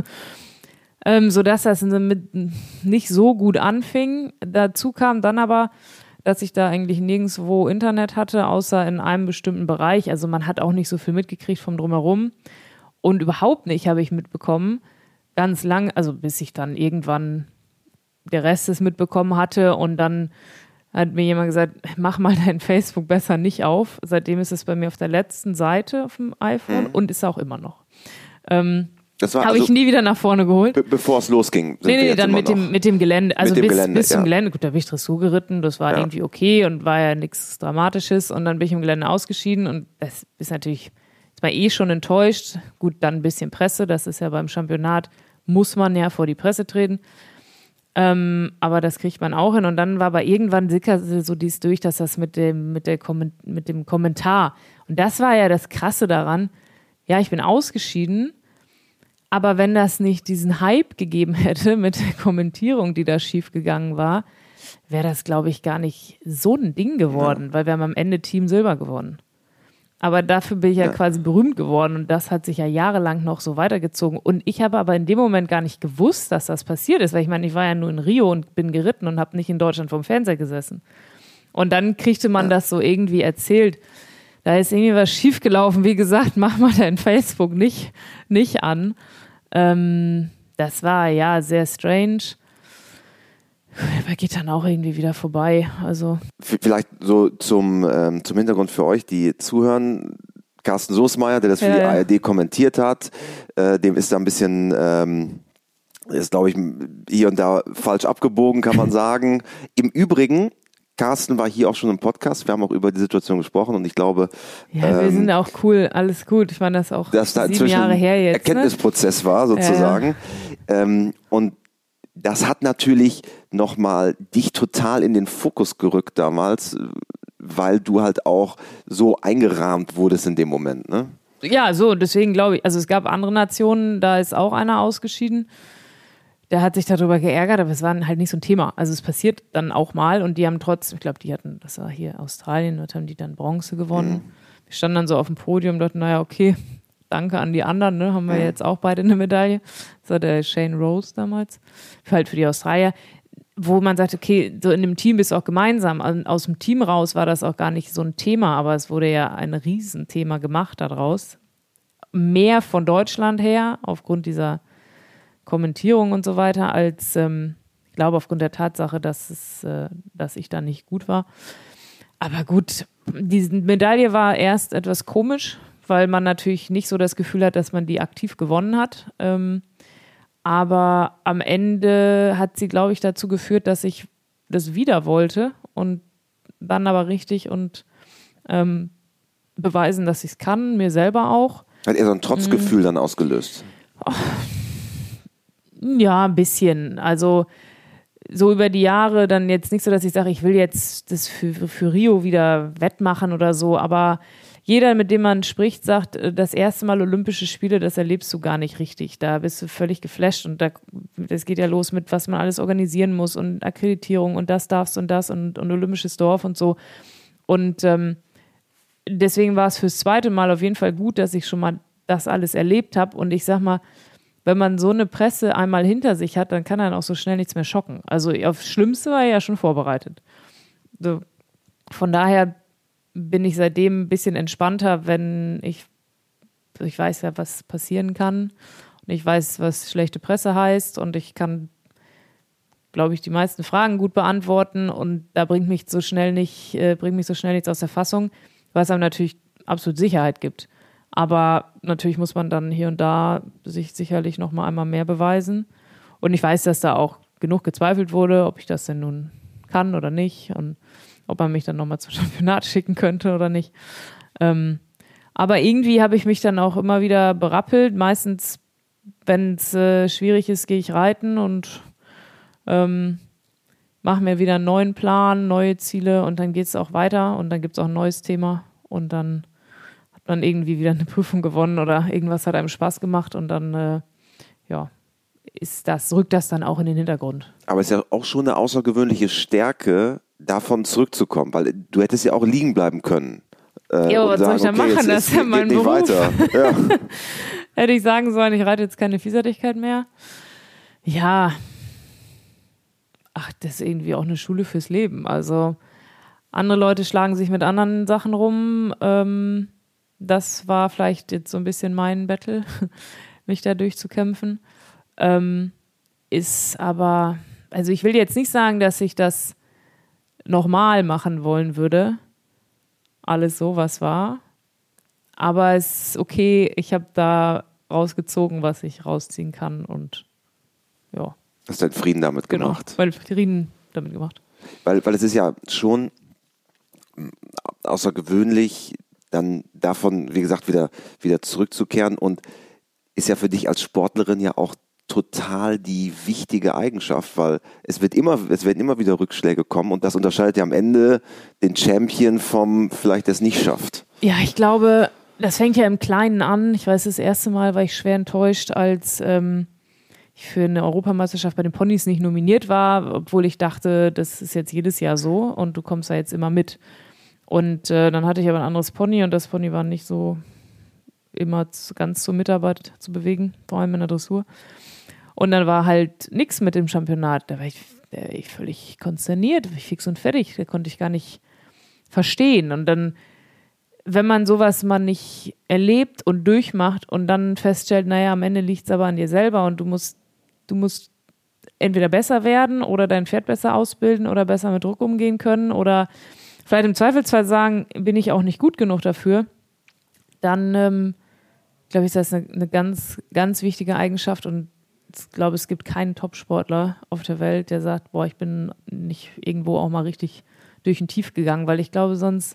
Sodass das nicht so gut anfing. Dazu kam dann aber, dass ich da eigentlich nirgendwo Internet hatte, außer in einem bestimmten Bereich. Also man hat auch nicht so viel mitgekriegt vom Drumherum. Und überhaupt nicht habe ich mitbekommen, ganz lang, also bis ich dann irgendwann der Rest es mitbekommen hatte, und dann hat mir jemand gesagt, mach mal dein Facebook besser nicht auf. Seitdem ist es bei mir auf der letzten Seite auf dem iPhone und ist auch immer noch. Das war habe ich nie wieder nach vorne geholt. Bevor es losging. Nee, dann mit dem Gelände. Also bis zum ja. Gelände. Gut, da bin ich Dressur geritten, das war irgendwie okay und war ja nichts Dramatisches, und dann bin ich im Gelände ausgeschieden, und das ist natürlich, ist man schon enttäuscht. Gut, dann ein bisschen Presse, das ist ja beim Championat, muss man ja vor die Presse treten. Aber das kriegt man auch hin, und dann war aber irgendwann sickerte so dies durch, dass das mit dem Kommentar, und das war ja das Krasse daran, ja, ich bin ausgeschieden, aber wenn das nicht diesen Hype gegeben hätte mit der Kommentierung, die da schief gegangen war, wäre das, glaube ich, gar nicht so ein Ding geworden, weil wir haben am Ende Team Silber gewonnen. Aber dafür bin ich ja quasi berühmt geworden, und das hat sich ja jahrelang noch so weitergezogen. Und ich habe aber in dem Moment gar nicht gewusst, dass das passiert ist, weil ich meine, ich war ja nur in Rio und bin geritten und habe nicht in Deutschland vorm Fernseher gesessen. Und dann kriegte man das so irgendwie erzählt. Da ist irgendwie was schiefgelaufen. Wie gesagt, mach mal dein Facebook nicht an. Das war ja sehr strange. Aber geht dann auch irgendwie wieder vorbei. Also vielleicht so zum Hintergrund für euch, die zuhören. Carsten Soßmeier, der das für die ARD kommentiert hat, dem ist da ein bisschen, ist glaube ich hier und da falsch abgebogen, kann man sagen. Im Übrigen, Carsten war hier auch schon im Podcast, wir haben auch über die Situation gesprochen, und ich glaube... Ja, wir sind auch cool, alles gut. Ich meine, das auch dass da 7 Jahre her jetzt. Erkenntnisprozess war, sozusagen. Und das hat natürlich nochmal dich total in den Fokus gerückt damals, weil du halt auch so eingerahmt wurdest in dem Moment, ne? Ja, so, deswegen glaube ich, also es gab andere Nationen, da ist auch einer ausgeschieden. Der hat sich darüber geärgert, aber es war halt nicht so ein Thema. Also es passiert dann auch mal und die haben trotzdem, ich glaube, die hatten, das war hier Australien, dort haben die dann Bronze gewonnen. Wir standen dann so auf dem Podium und dachten, naja, okay, danke an die anderen, ne? Haben wir jetzt auch beide eine Medaille. Das war der Shane Rose damals, für die Australier. Wo man sagt, okay, so in dem Team bist du auch gemeinsam. Aus dem Team raus war das auch gar nicht so ein Thema, aber es wurde ja ein Riesenthema gemacht daraus. Mehr von Deutschland her, aufgrund dieser Kommentierung und so weiter, als ich glaube aufgrund der Tatsache, dass ich da nicht gut war. Aber gut, diese Medaille war erst etwas komisch, weil man natürlich nicht so das Gefühl hat, dass man die aktiv gewonnen hat. Aber am Ende hat sie, glaube ich, dazu geführt, dass ich das wieder wollte und dann aber richtig und beweisen, dass ich es kann, mir selber auch. Hat eher so ein Trotzgefühl dann ausgelöst? Ja, ein bisschen. Also so über die Jahre dann jetzt nicht so, dass ich sage, ich will jetzt das für Rio wieder wettmachen oder so, aber jeder, mit dem man spricht, sagt, das erste Mal Olympische Spiele, das erlebst du gar nicht richtig. Da bist du völlig geflasht und das geht ja los mit, was man alles organisieren muss und Akkreditierung und das darfst und das und Olympisches Dorf und so. Und deswegen war es fürs zweite Mal auf jeden Fall gut, dass ich schon mal das alles erlebt habe. Und ich sag mal, wenn man so eine Presse einmal hinter sich hat, dann kann dann auch so schnell nichts mehr schocken. Also aufs Schlimmste war ich ja schon vorbereitet. So, von daher bin ich seitdem ein bisschen entspannter, wenn ich weiß ja, was passieren kann und ich weiß, was schlechte Presse heißt und ich kann, glaube ich, die meisten Fragen gut beantworten und da bringt mich so schnell nichts aus der Fassung, was einem natürlich absolut Sicherheit gibt. Aber natürlich muss man dann hier und da sich sicherlich noch mal einmal mehr beweisen und ich weiß, dass da auch genug gezweifelt wurde, ob ich das denn nun kann oder nicht und ob man mich dann nochmal zum Championat schicken könnte oder nicht. Aber irgendwie habe ich mich dann auch immer wieder berappelt. Meistens, wenn es schwierig ist, gehe ich reiten und mache mir wieder einen neuen Plan, neue Ziele und dann geht es auch weiter und dann gibt es auch ein neues Thema und dann hat man irgendwie wieder eine Prüfung gewonnen oder irgendwas hat einem Spaß gemacht und dann rückt das dann auch in den Hintergrund. Aber es ist ja auch schon eine außergewöhnliche Stärke, davon zurückzukommen, weil du hättest ja auch liegen bleiben können. Ja, aber was soll ich da machen? Das ist ja mein Beruf. Weiter. Ja. Hätte ich sagen sollen, ich reite jetzt keine Vielseitigkeit mehr. Ja. Ach, das ist irgendwie auch eine Schule fürs Leben. Also andere Leute schlagen sich mit anderen Sachen rum. Das war vielleicht jetzt so ein bisschen mein Battle, mich da durchzukämpfen. Ist aber, also ich will jetzt nicht sagen, dass ich das nochmal machen wollen würde. Alles so, was war. Aber es ist okay, ich habe da rausgezogen, was ich rausziehen kann und ja. Hast du halt Frieden damit gemacht? Genau, weil Frieden damit gemacht. Weil es ist ja schon außergewöhnlich, dann davon, wie gesagt, wieder zurückzukehren und ist ja für dich als Sportlerin ja auch total die wichtige Eigenschaft, weil es werden immer wieder Rückschläge kommen und das unterscheidet ja am Ende den Champion vom vielleicht, der es nicht schafft. Ja, ich glaube, das fängt ja im Kleinen an. Ich weiß, das erste Mal war ich schwer enttäuscht, als ich für eine Europameisterschaft bei den Ponys nicht nominiert war, obwohl ich dachte, das ist jetzt jedes Jahr so und du kommst da jetzt immer mit. Und dann hatte ich aber ein anderes Pony und das Pony war nicht so immer ganz zur Mitarbeit zu bewegen, vor allem in der Dressur. Und dann war halt nichts mit dem Championat. Da war ich völlig konsterniert, fix und fertig. Da konnte ich gar nicht verstehen. Und dann, wenn man sowas mal nicht erlebt und durchmacht und dann feststellt, naja, am Ende liegt es aber an dir selber und du musst entweder besser werden oder dein Pferd besser ausbilden oder besser mit Druck umgehen können oder vielleicht im Zweifelsfall sagen, bin ich auch nicht gut genug dafür, dann glaube ich, ist das eine ganz, ganz wichtige Eigenschaft und ich glaube, es gibt keinen Top-Sportler auf der Welt, der sagt, boah, ich bin nicht irgendwo auch mal richtig durch ein Tief gegangen, weil ich glaube, sonst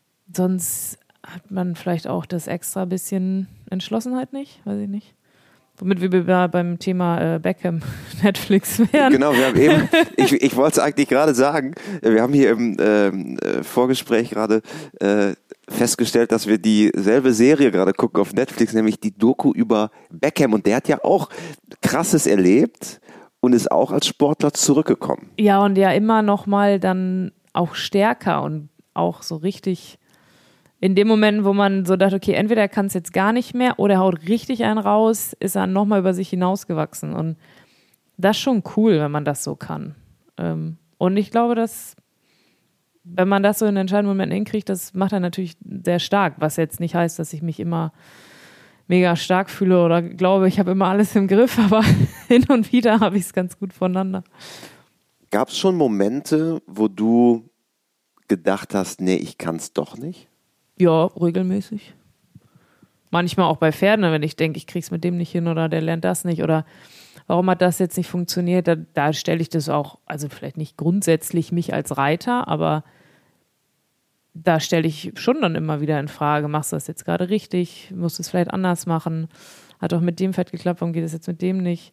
hat man vielleicht auch das extra bisschen Entschlossenheit nicht, weiß ich nicht. Womit wir beim Thema Beckham Netflix wären. Genau, wir haben eben, ich wollte es eigentlich gerade sagen, wir haben hier im Vorgespräch gerade festgestellt, dass wir dieselbe Serie gerade gucken auf Netflix, nämlich die Doku über Beckham. Und der hat ja auch Krasses erlebt und ist auch als Sportler zurückgekommen. Ja, und ja immer noch mal dann auch stärker und auch so richtig in dem Moment, wo man so dachte, okay, entweder er kann es jetzt gar nicht mehr oder er haut richtig einen raus, ist er nochmal über sich hinausgewachsen. Und das ist schon cool, wenn man das so kann. Und ich glaube, dass, wenn man das so in entscheidenden Momenten hinkriegt, das macht er natürlich sehr stark, was jetzt nicht heißt, dass ich mich immer mega stark fühle oder glaube, ich habe immer alles im Griff, aber hin und wieder habe ich es ganz gut voneinander. Gab es schon Momente, wo du gedacht hast, nee, ich kann es doch nicht? Ja, regelmäßig. Manchmal auch bei Pferden, wenn ich denke, ich krieg's mit dem nicht hin oder der lernt das nicht oder warum hat das jetzt nicht funktioniert, da stelle ich das auch, also vielleicht nicht grundsätzlich mich als Reiter, aber da stelle ich schon dann immer wieder in Frage, machst du das jetzt gerade richtig, musst du es vielleicht anders machen, hat doch mit dem Pferd geklappt, warum geht es jetzt mit dem nicht?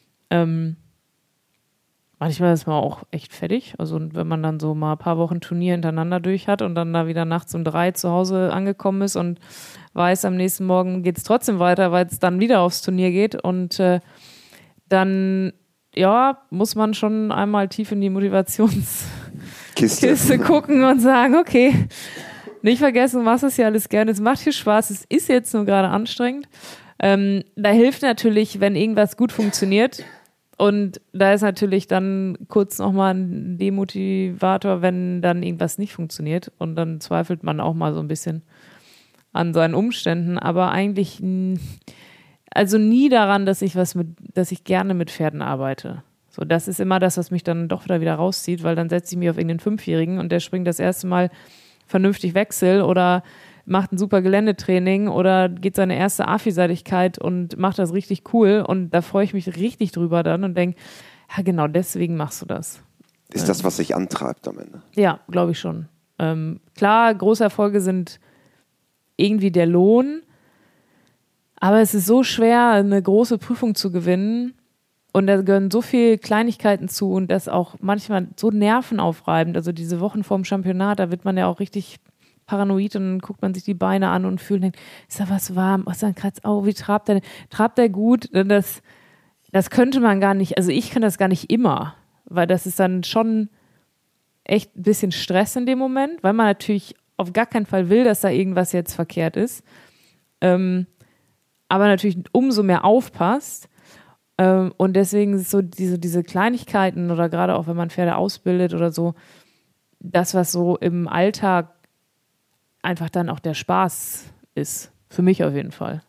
Manchmal ist man auch echt fertig. Also wenn man dann so mal ein paar Wochen Turnier hintereinander durch hat und dann da wieder nachts um 3 zu Hause angekommen ist und weiß, am nächsten Morgen geht es trotzdem weiter, weil es dann wieder aufs Turnier geht. Und dann, ja, muss man schon einmal tief in die Motivationskiste gucken und sagen, okay, nicht vergessen, was es ja alles gerne. Es macht hier Spaß, es ist jetzt nur gerade anstrengend. Da hilft natürlich, wenn irgendwas gut funktioniert. Und da ist natürlich dann kurz nochmal ein Demotivator, wenn dann irgendwas nicht funktioniert. Und dann zweifelt man auch mal so ein bisschen an seinen Umständen. Aber eigentlich also nie daran, dass ich gerne mit Pferden arbeite. So, das ist immer das, was mich dann doch wieder rauszieht, weil dann setze ich mich auf irgendeinen 5-Jährigen und der springt das erste Mal vernünftig Wechsel oder macht ein super Geländetraining oder geht seine erste AFI-Seitigkeit und macht das richtig cool und da freue ich mich richtig drüber dann und denke, ja genau, deswegen machst du das. Ist das, was sich antreibt am Ende? Ja, glaube ich schon. Klar, große Erfolge sind irgendwie der Lohn, aber es ist so schwer, eine große Prüfung zu gewinnen und da gehören so viele Kleinigkeiten zu und das auch manchmal so nervenaufreibend. Also diese Wochen vorm Championat, da wird man ja auch richtig paranoid und dann guckt man sich die Beine an und fühlt, denkt, ist da was warm? Ist da ein Kratz? Oh, wie trabt der? Trabt der gut? Das könnte man gar nicht, also ich kann das gar nicht immer, weil das ist dann schon echt ein bisschen Stress in dem Moment, weil man natürlich auf gar keinen Fall will, dass da irgendwas jetzt verkehrt ist. Aber natürlich umso mehr aufpasst. Und deswegen ist so diese Kleinigkeiten oder gerade auch, wenn man Pferde ausbildet oder so, das, was so im Alltag einfach dann auch der Spaß ist. Für mich auf jeden Fall.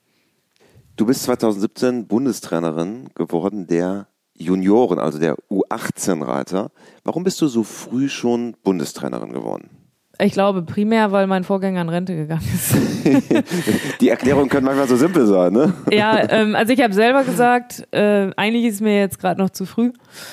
Du bist 2017 Bundestrainerin geworden der Junioren, also der U18-Reiter. Warum bist du so früh schon Bundestrainerin geworden? Ich glaube primär, weil mein Vorgänger in Rente gegangen ist. Die Erklärungen können manchmal so simpel sein, ne? Ja, also ich habe selber gesagt, eigentlich ist es mir jetzt gerade noch zu früh.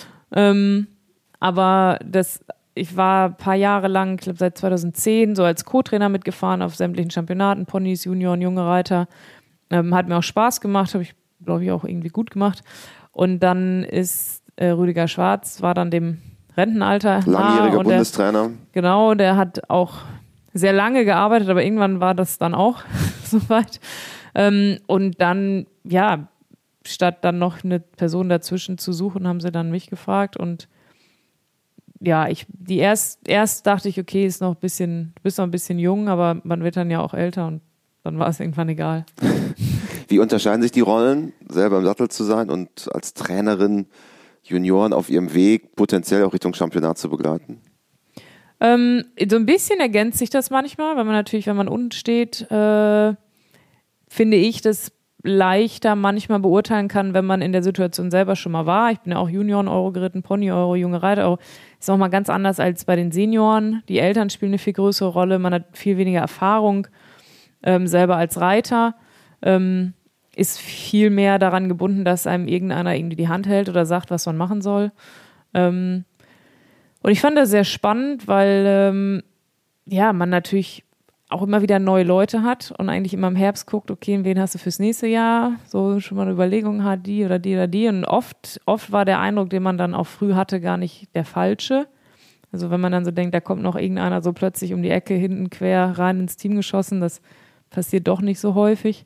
Aber ich war ein paar Jahre lang, ich glaube seit 2010, so als Co-Trainer mitgefahren auf sämtlichen Championaten, Ponys, Junioren, junge Reiter. Hat mir auch Spaß gemacht, habe ich, glaube ich, auch irgendwie gut gemacht. Und dann ist Rüdiger Schwarz, war dann dem Rentenalter. Langjähriger Bundestrainer. Genau, der hat auch sehr lange gearbeitet, aber irgendwann war das dann auch soweit. Und dann, ja, statt dann noch eine Person dazwischen zu suchen, haben sie dann mich gefragt und ja, erst dachte ich, okay, du bist noch ein bisschen jung, aber man wird dann ja auch älter und dann war es irgendwann egal. Wie unterscheiden sich die Rollen, selber im Sattel zu sein und als Trainerin Junioren auf ihrem Weg potenziell auch Richtung Championat zu begleiten? So ein bisschen ergänzt sich das manchmal, weil man natürlich, wenn man unten steht, finde ich, das leichter manchmal beurteilen kann, wenn man in der Situation selber schon mal war. Ich bin ja auch Junioren-Euro geritten, Pony-Euro, junge Reiter-Euro. Ist nochmal ganz anders als bei den Senioren. Die Eltern spielen eine viel größere Rolle, man hat viel weniger Erfahrung selber als Reiter. Ist viel mehr daran gebunden, dass einem irgendeiner irgendwie die Hand hält oder sagt, was man machen soll. Und ich fand das sehr spannend, weil man natürlich auch immer wieder neue Leute hat und eigentlich immer im Herbst guckt, okay, wen hast du fürs nächste Jahr? So schon mal eine Überlegung hat, die oder die oder die. Und oft war der Eindruck, den man dann auch früh hatte, gar nicht der falsche. Also wenn man dann so denkt, da kommt noch irgendeiner so plötzlich um die Ecke hinten quer rein ins Team geschossen, das passiert doch nicht so häufig.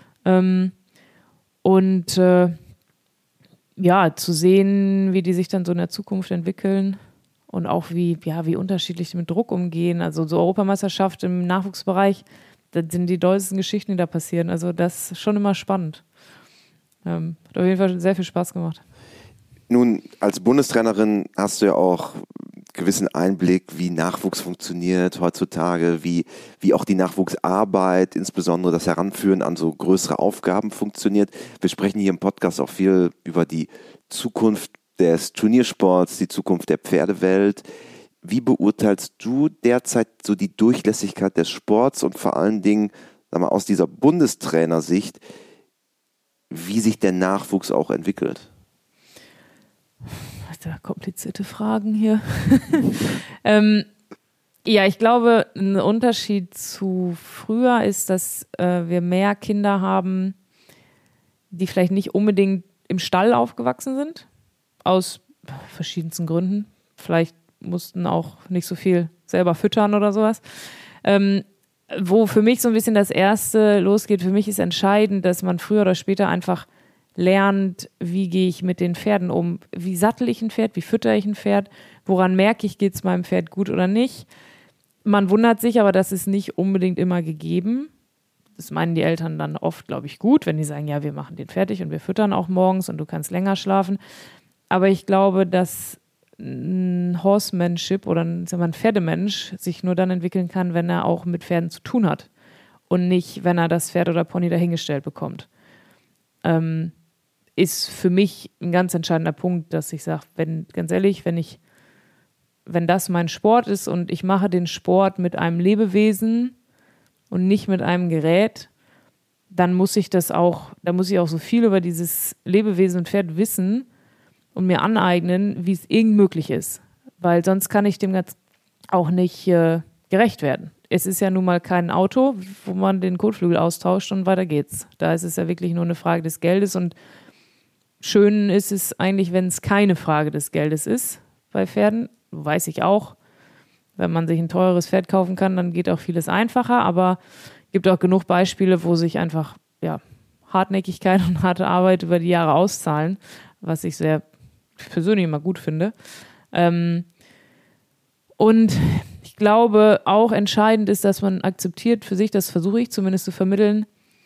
Zu sehen, wie die sich dann so in der Zukunft entwickeln und auch wie unterschiedlich die mit Druck umgehen. Also so Europameisterschaft im Nachwuchsbereich, das sind die dollsten Geschichten, die da passieren. Also das ist schon immer spannend. Hat auf jeden Fall sehr viel Spaß gemacht. Nun, als Bundestrainerin hast du ja auch gewissen Einblick, wie Nachwuchs funktioniert heutzutage, wie auch die Nachwuchsarbeit, insbesondere das Heranführen an so größere Aufgaben funktioniert. Wir sprechen hier im Podcast auch viel über die Zukunft des Turniersports, die Zukunft der Pferdewelt. Wie beurteilst du derzeit so die Durchlässigkeit des Sports und vor allen Dingen, sag mal, aus dieser Bundestrainersicht, wie sich der Nachwuchs auch entwickelt? Komplizierte Fragen hier. Ich glaube, ein Unterschied zu früher ist, dass wir mehr Kinder haben, die vielleicht nicht unbedingt im Stall aufgewachsen sind, aus verschiedensten Gründen. Vielleicht mussten auch nicht so viel selber füttern oder sowas. Wo für mich so ein bisschen das Erste losgeht, für mich ist entscheidend, dass man früher oder später einfach lernt, wie gehe ich mit den Pferden um, wie sattel ich ein Pferd, wie fütter ich ein Pferd, woran merke ich, geht es meinem Pferd gut oder nicht. Man wundert sich, aber das ist nicht unbedingt immer gegeben. Das meinen die Eltern dann oft, glaube ich, gut, wenn die sagen, ja, wir machen den fertig und wir füttern auch morgens und du kannst länger schlafen. Aber ich glaube, dass ein Horsemanship oder ein Pferdemensch sich nur dann entwickeln kann, wenn er auch mit Pferden zu tun hat und nicht, wenn er das Pferd oder Pony dahingestellt bekommt. Ist für mich ein ganz entscheidender Punkt, dass ich sage, wenn das mein Sport ist und ich mache den Sport mit einem Lebewesen und nicht mit einem Gerät, dann muss ich auch so viel über dieses Lebewesen und Pferd wissen und mir aneignen, wie es irgend möglich ist. Weil sonst kann ich dem auch nicht gerecht werden. Es ist ja nun mal kein Auto, wo man den Kotflügel austauscht und weiter geht's. Da ist es ja wirklich nur eine Frage des Geldes und schön ist es eigentlich, wenn es keine Frage des Geldes ist bei Pferden. Weiß ich auch. Wenn man sich ein teures Pferd kaufen kann, dann geht auch vieles einfacher. Aber es gibt auch genug Beispiele, wo sich einfach Hartnäckigkeit und harte Arbeit über die Jahre auszahlen, was ich sehr persönlich immer gut finde. Und ich glaube, auch entscheidend ist, dass man akzeptiert für sich, das versuche ich zumindest zu vermitteln,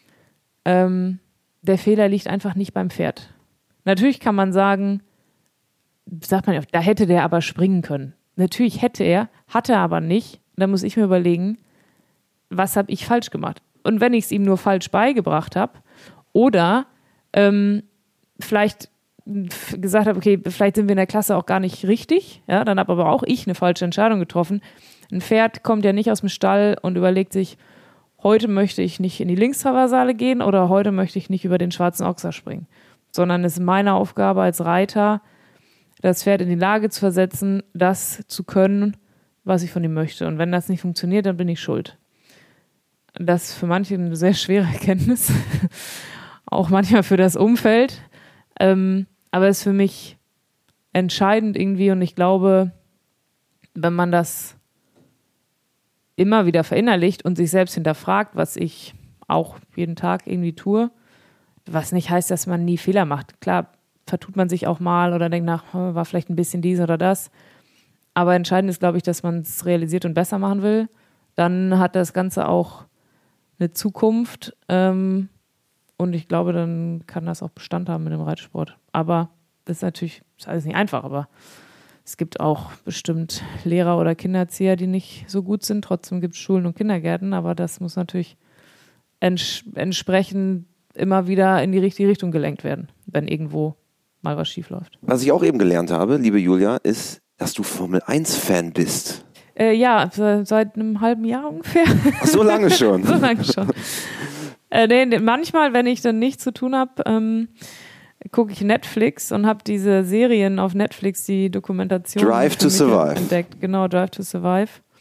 der Fehler liegt einfach nicht beim Pferd. Natürlich kann man sagen, sagt man ja, da hätte der aber springen können. Natürlich hätte er, hat er aber nicht. Da muss ich mir überlegen, was habe ich falsch gemacht? Und wenn ich es ihm nur falsch beigebracht habe oder vielleicht gesagt habe, okay, vielleicht sind wir in der Klasse auch gar nicht richtig, ja, dann habe aber auch ich eine falsche Entscheidung getroffen. Ein Pferd kommt ja nicht aus dem Stall und überlegt sich, heute möchte ich nicht in die Linkstraversale gehen oder heute möchte ich nicht über den schwarzen Ochser springen. Sondern es ist meine Aufgabe als Reiter, das Pferd in die Lage zu versetzen, das zu können, was ich von ihm möchte. Und wenn das nicht funktioniert, dann bin ich schuld. Das ist für manche eine sehr schwere Erkenntnis, auch manchmal für das Umfeld. Aber es ist für mich entscheidend irgendwie und ich glaube, wenn man das immer wieder verinnerlicht und sich selbst hinterfragt, was ich auch jeden Tag irgendwie tue, was nicht heißt, dass man nie Fehler macht. Klar, vertut man sich auch mal oder denkt nach, war vielleicht ein bisschen dies oder das. Aber entscheidend ist, glaube ich, dass man es realisiert und besser machen will. Dann hat das Ganze auch eine Zukunft. Und ich glaube, dann kann das auch Bestand haben mit dem Reitsport. Aber das ist alles nicht einfach. Aber es gibt auch bestimmt Lehrer oder Kindererzieher, die nicht so gut sind. Trotzdem gibt es Schulen und Kindergärten. Aber das muss natürlich entsprechend immer wieder in die richtige Richtung gelenkt werden, wenn irgendwo mal was schief läuft. Was ich auch eben gelernt habe, liebe Julia, ist, dass du Formel-1-Fan bist. Ja, seit einem halben Jahr ungefähr. Ach, so lange schon? So lange schon. Manchmal, wenn ich dann nichts zu tun habe, gucke ich Netflix und habe diese Serien auf Netflix, die Dokumentation Drive to Survive entdeckt. Genau, Drive to Survive.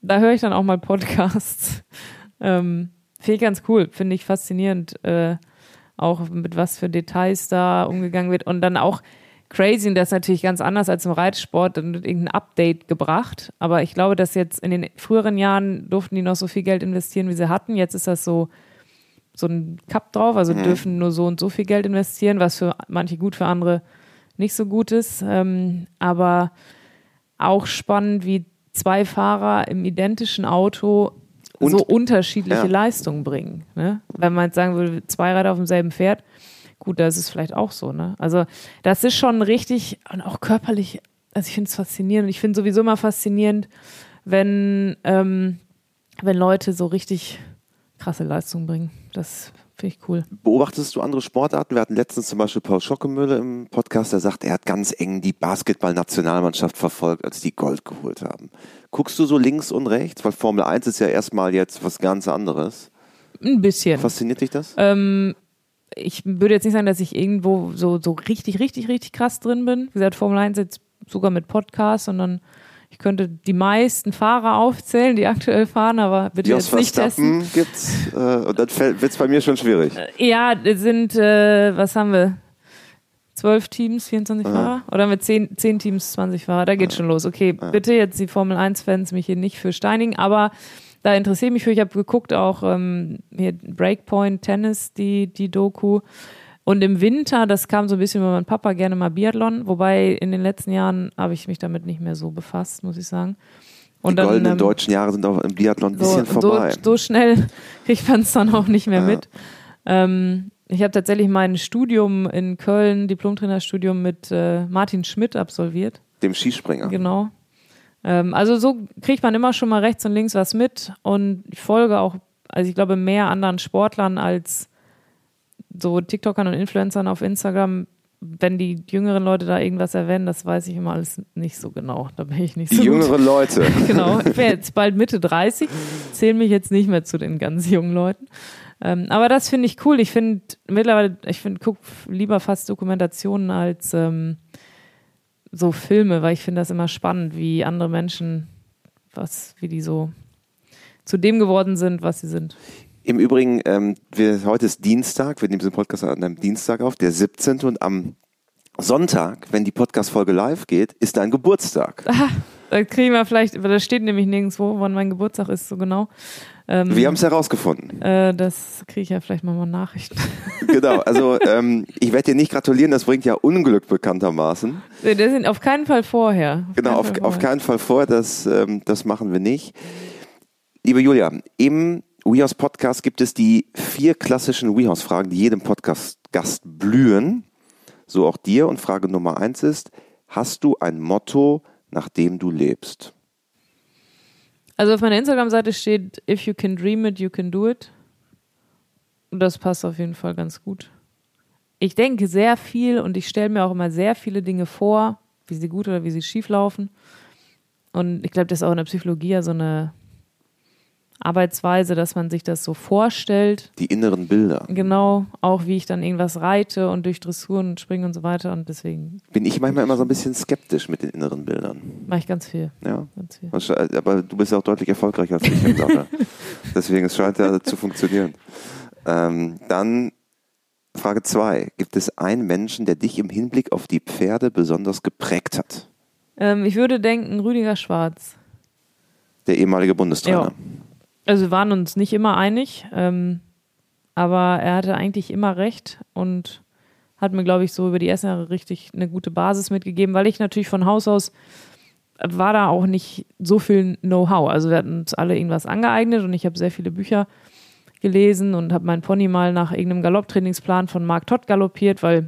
da höre ich dann auch mal Podcasts. Finde ich ganz cool, finde ich faszinierend, auch mit was für Details da umgegangen wird und dann auch crazy, und das ist natürlich ganz anders als im Reitsport, dann wird irgendein Update gebracht, aber ich glaube, dass jetzt in den früheren Jahren durften die noch so viel Geld investieren, wie sie hatten, jetzt ist das so ein Cap drauf, also dürfen nur so und so viel Geld investieren, was für manche gut, für andere nicht so gut ist, aber auch spannend, wie zwei Fahrer im identischen Auto so unterschiedliche Leistungen bringen. Ne? Wenn man jetzt sagen würde, zwei Reiter auf demselben Pferd, gut, da ist es vielleicht auch so. Ne? Also das ist schon richtig und auch körperlich, also ich finde es faszinierend. Ich finde sowieso immer faszinierend, wenn Leute so richtig krasse Leistungen bringen. Das finde ich cool. Beobachtest du andere Sportarten? Wir hatten letztens zum Beispiel Paul Schockemöhle im Podcast, der sagt, er hat ganz eng die Basketball-Nationalmannschaft verfolgt, als die Gold geholt haben. Guckst du so links und rechts? Weil Formel 1 ist ja erstmal jetzt was ganz anderes. Ein bisschen. Fasziniert dich das? Ich würde jetzt nicht sagen, dass ich irgendwo so richtig, richtig, richtig krass drin bin. Wie gesagt, Formel 1 jetzt sogar mit Podcast, sondern ich könnte die meisten Fahrer aufzählen, die aktuell fahren, aber bitte Jos jetzt nicht testen. Gibt's, und dann wird es bei mir schon schwierig. Ja, es sind, was haben wir? 12 Teams, 24 Fahrer? Oder haben wir 10 Teams, 20 Fahrer? Da geht schon los. Okay, bitte jetzt die Formel 1-Fans mich hier nicht für steinigen, aber da interessiere ich mich für. Ich habe geguckt auch hier Breakpoint Tennis, die Doku. Und im Winter, das kam so ein bisschen bei meinem Papa, gerne mal Biathlon, wobei in den letzten Jahren habe ich mich damit nicht mehr so befasst, muss ich sagen. Und die goldenen deutschen Jahre sind auch im Biathlon ein bisschen vorbei. So schnell kriegt man es dann auch nicht mehr mit. Ich habe tatsächlich mein Studium in Köln, Diplomtrainerstudium mit Martin Schmidt absolviert. Dem Skispringer. Genau. Also so kriegt man immer schon mal rechts und links was mit und ich folge auch, also ich glaube, mehr anderen Sportlern als so TikTokern und Influencern auf Instagram. Wenn die jüngeren Leute da irgendwas erwähnen, das weiß ich immer alles nicht so genau. Da bin ich nicht so Die jüngeren Leute. Genau, ich bin jetzt bald Mitte 30, zähle mich jetzt nicht mehr zu den ganz jungen Leuten. Aber das finde ich cool. Ich finde mittlerweile, gucke lieber fast Dokumentationen als so Filme, weil ich finde das immer spannend, wie andere Menschen, wie die so zu dem geworden sind, was sie sind. Im Übrigen, heute ist Dienstag, wir nehmen diesen Podcast an einem Dienstag auf, der 17. Und am Sonntag, wenn die Podcast-Folge live geht, ist dein Geburtstag. Da kriegen wir vielleicht, weil das steht nämlich nirgendwo, wann mein Geburtstag ist, so genau. Wir haben es herausgefunden. Das kriege ich ja vielleicht mal Nachrichten. Genau, also ich werde dir nicht gratulieren, das bringt ja Unglück bekanntermaßen. Das sind auf keinen Fall vorher. Auf keinen Fall vorher, das machen wir nicht. Liebe Julia, im WeHorse Podcast gibt es die 4 klassischen WeHorse-Fragen, die jedem Podcast-Gast blühen. So auch dir. Und Frage Nummer 1 ist, hast du ein Motto, nach dem du lebst? Also auf meiner Instagram-Seite steht, if you can dream it, you can do it. Und das passt auf jeden Fall ganz gut. Ich denke sehr viel und ich stelle mir auch immer sehr viele Dinge vor, wie sie gut oder wie sie schief laufen. Und ich glaube, das ist auch in der Psychologie ja so eine Arbeitsweise, dass man sich das so vorstellt. Die inneren Bilder. Genau, auch wie ich dann irgendwas reite und durch Dressuren und Springen und so weiter und deswegen... Bin ich manchmal immer so ein bisschen skeptisch mit den inneren Bildern. Mache ich ganz viel. Ja, ganz viel. Aber du bist ja auch deutlich erfolgreicher als ich in der Sache. Deswegen, es scheint ja zu funktionieren. Dann Frage 2. Gibt es einen Menschen, der dich im Hinblick auf die Pferde besonders geprägt hat? Ich würde denken, Rüdiger Schwarz. Der ehemalige Bundestrainer. Ja. Also wir waren uns nicht immer einig, aber er hatte eigentlich immer recht und hat mir, glaube ich, so über die ersten Jahre richtig eine gute Basis mitgegeben, weil ich natürlich von Haus aus war da auch nicht so viel Know-how. Also wir hatten uns alle irgendwas angeeignet und ich habe sehr viele Bücher gelesen und habe meinen Pony mal nach irgendeinem Galopptrainingsplan von Mark Todd galoppiert, weil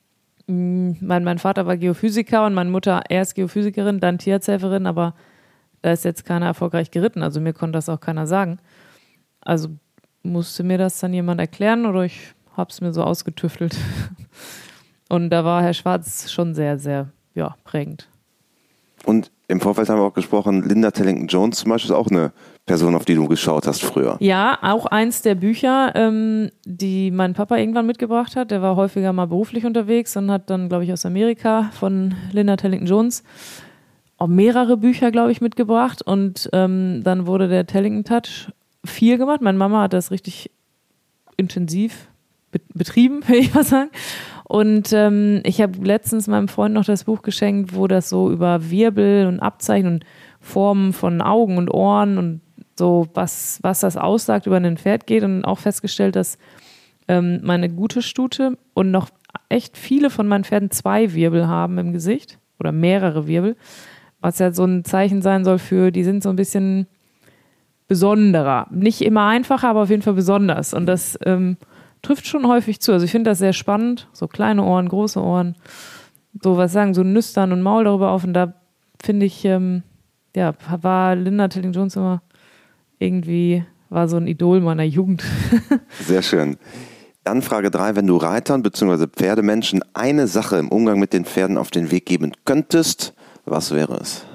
mein Vater war Geophysiker und meine Mutter erst Geophysikerin, dann Tierarzthelferin, aber da ist jetzt keiner erfolgreich geritten, also mir konnte das auch keiner sagen. Also musste mir das dann jemand erklären oder ich habe es mir so ausgetüftelt. Und da war Herr Schwarz schon sehr, sehr prägend. Und im Vorfeld haben wir auch gesprochen, Linda Tellington-Jones zum Beispiel ist auch eine Person, auf die du geschaut hast früher. Ja, auch eins der Bücher, die mein Papa irgendwann mitgebracht hat. Der war häufiger mal beruflich unterwegs und hat dann, glaube ich, aus Amerika von Linda Tellington-Jones. auch mehrere Bücher, glaube ich, mitgebracht und dann wurde der Tellington Touch 4 gemacht. Meine Mama hat das richtig intensiv betrieben, will ich mal sagen. Und ich habe letztens meinem Freund noch das Buch geschenkt, wo das so über Wirbel und Abzeichen und Formen von Augen und Ohren und so, was das aussagt, über ein Pferd geht und auch festgestellt, dass meine gute Stute und noch echt viele von meinen Pferden 2 Wirbel haben im Gesicht oder mehrere Wirbel, was ja so ein Zeichen sein soll für, die sind so ein bisschen besonderer. Nicht immer einfacher, aber auf jeden Fall besonders. Und das trifft schon häufig zu. Also ich finde das sehr spannend. So kleine Ohren, große Ohren, so was sagen, so Nüstern und Maul darüber auf. Und da finde ich, war Linda Tellington-Jones immer irgendwie, war so ein Idol meiner Jugend. Sehr schön. Dann Frage 3, wenn du Reitern bzw. Pferdemenschen eine Sache im Umgang mit den Pferden auf den Weg geben könntest, was wäre es?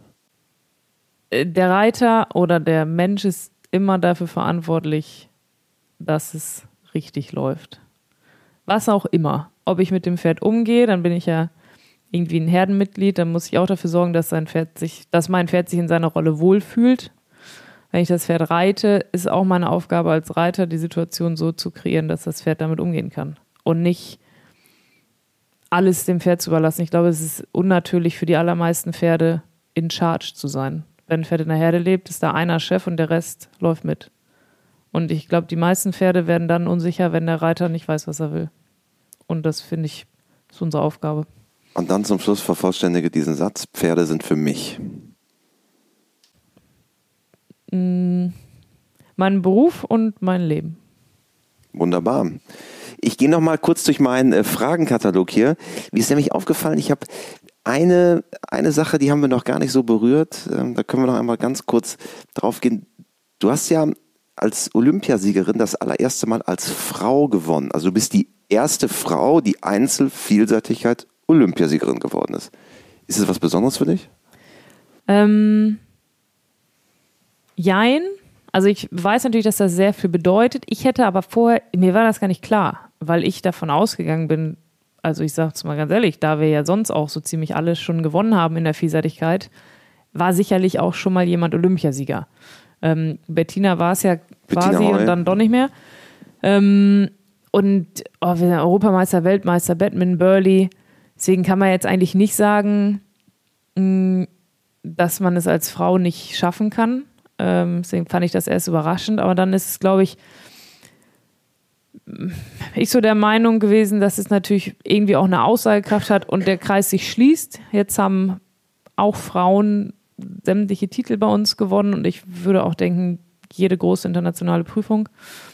Der Reiter oder der Mensch ist immer dafür verantwortlich, dass es richtig läuft. Was auch immer. Ob ich mit dem Pferd umgehe, dann bin ich ja irgendwie ein Herdenmitglied, dann muss ich auch dafür sorgen, dass mein Pferd sich in seiner Rolle wohlfühlt. Wenn ich das Pferd reite, ist auch meine Aufgabe als Reiter, die Situation so zu kreieren, dass das Pferd damit umgehen kann. Und nicht alles dem Pferd zu überlassen. Ich glaube, es ist unnatürlich für die allermeisten Pferde, in Charge zu sein. Wenn ein Pferd in der Herde lebt, ist da einer Chef und der Rest läuft mit. Und ich glaube, die meisten Pferde werden dann unsicher, wenn der Reiter nicht weiß, was er will. Und das, finde ich, ist unsere Aufgabe. Und dann zum Schluss vervollständige diesen Satz, Pferde sind für mich. Mein Beruf und mein Leben. Wunderbar. Ich gehe noch mal kurz durch meinen Fragenkatalog hier. Mir ist nämlich aufgefallen, ich habe eine Sache, die haben wir noch gar nicht so berührt. Da können wir noch einmal ganz kurz drauf gehen. Du hast ja als Olympiasiegerin das allererste Mal als Frau gewonnen. Also du bist die erste Frau, die Einzel-Vielseitigkeit Olympiasiegerin geworden ist. Ist das was Besonderes für dich? Jein. Also ich weiß natürlich, dass das sehr viel bedeutet. Ich hätte aber vorher, mir war das gar nicht klar, weil ich davon ausgegangen bin, also ich sage es mal ganz ehrlich, da wir ja sonst auch so ziemlich alles schon gewonnen haben in der Vielseitigkeit, war sicherlich auch schon mal jemand Olympiasieger. Bettina war es ja quasi und dann doch nicht mehr. Wir sind Europameister, Weltmeister, Badminton, Burley. Deswegen kann man jetzt eigentlich nicht sagen, dass man es als Frau nicht schaffen kann. Deswegen fand ich das erst überraschend. Aber dann ist es, glaube ich so der Meinung gewesen, dass es natürlich irgendwie auch eine Aussagekraft hat und der Kreis sich schließt. Jetzt haben auch Frauen sämtliche Titel bei uns gewonnen und ich würde auch denken, jede große internationale Prüfung.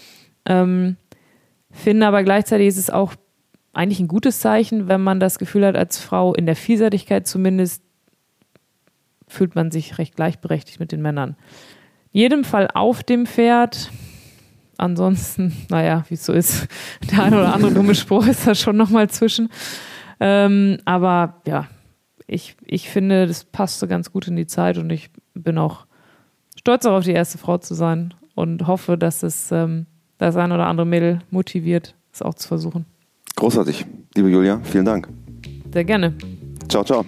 Finde aber gleichzeitig ist es auch eigentlich ein gutes Zeichen, wenn man das Gefühl hat, als Frau in der Vielseitigkeit zumindest fühlt man sich recht gleichberechtigt mit den Männern. In jedem Fall auf dem Pferd. Ansonsten, naja, wie es so ist, der eine oder andere dumme Spruch ist da schon nochmal zwischen. Aber ja, ich finde, das passt so ganz gut in die Zeit und ich bin auch stolz darauf, die erste Frau zu sein und hoffe, dass es das ein oder andere Mädel motiviert, es auch zu versuchen. Großartig. Liebe Julia, vielen Dank. Sehr gerne. Ciao, ciao.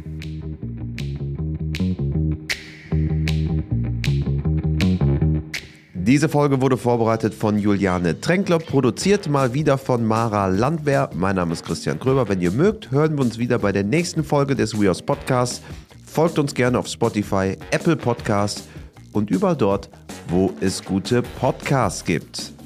Diese Folge wurde vorbereitet von Juliane Tränkler, produziert mal wieder von Mara Landwehr. Mein Name ist Christian Kröber. Wenn ihr mögt, hören wir uns wieder bei der nächsten Folge des WeHorse Podcasts. Folgt uns gerne auf Spotify, Apple Podcasts und überall dort, wo es gute Podcasts gibt.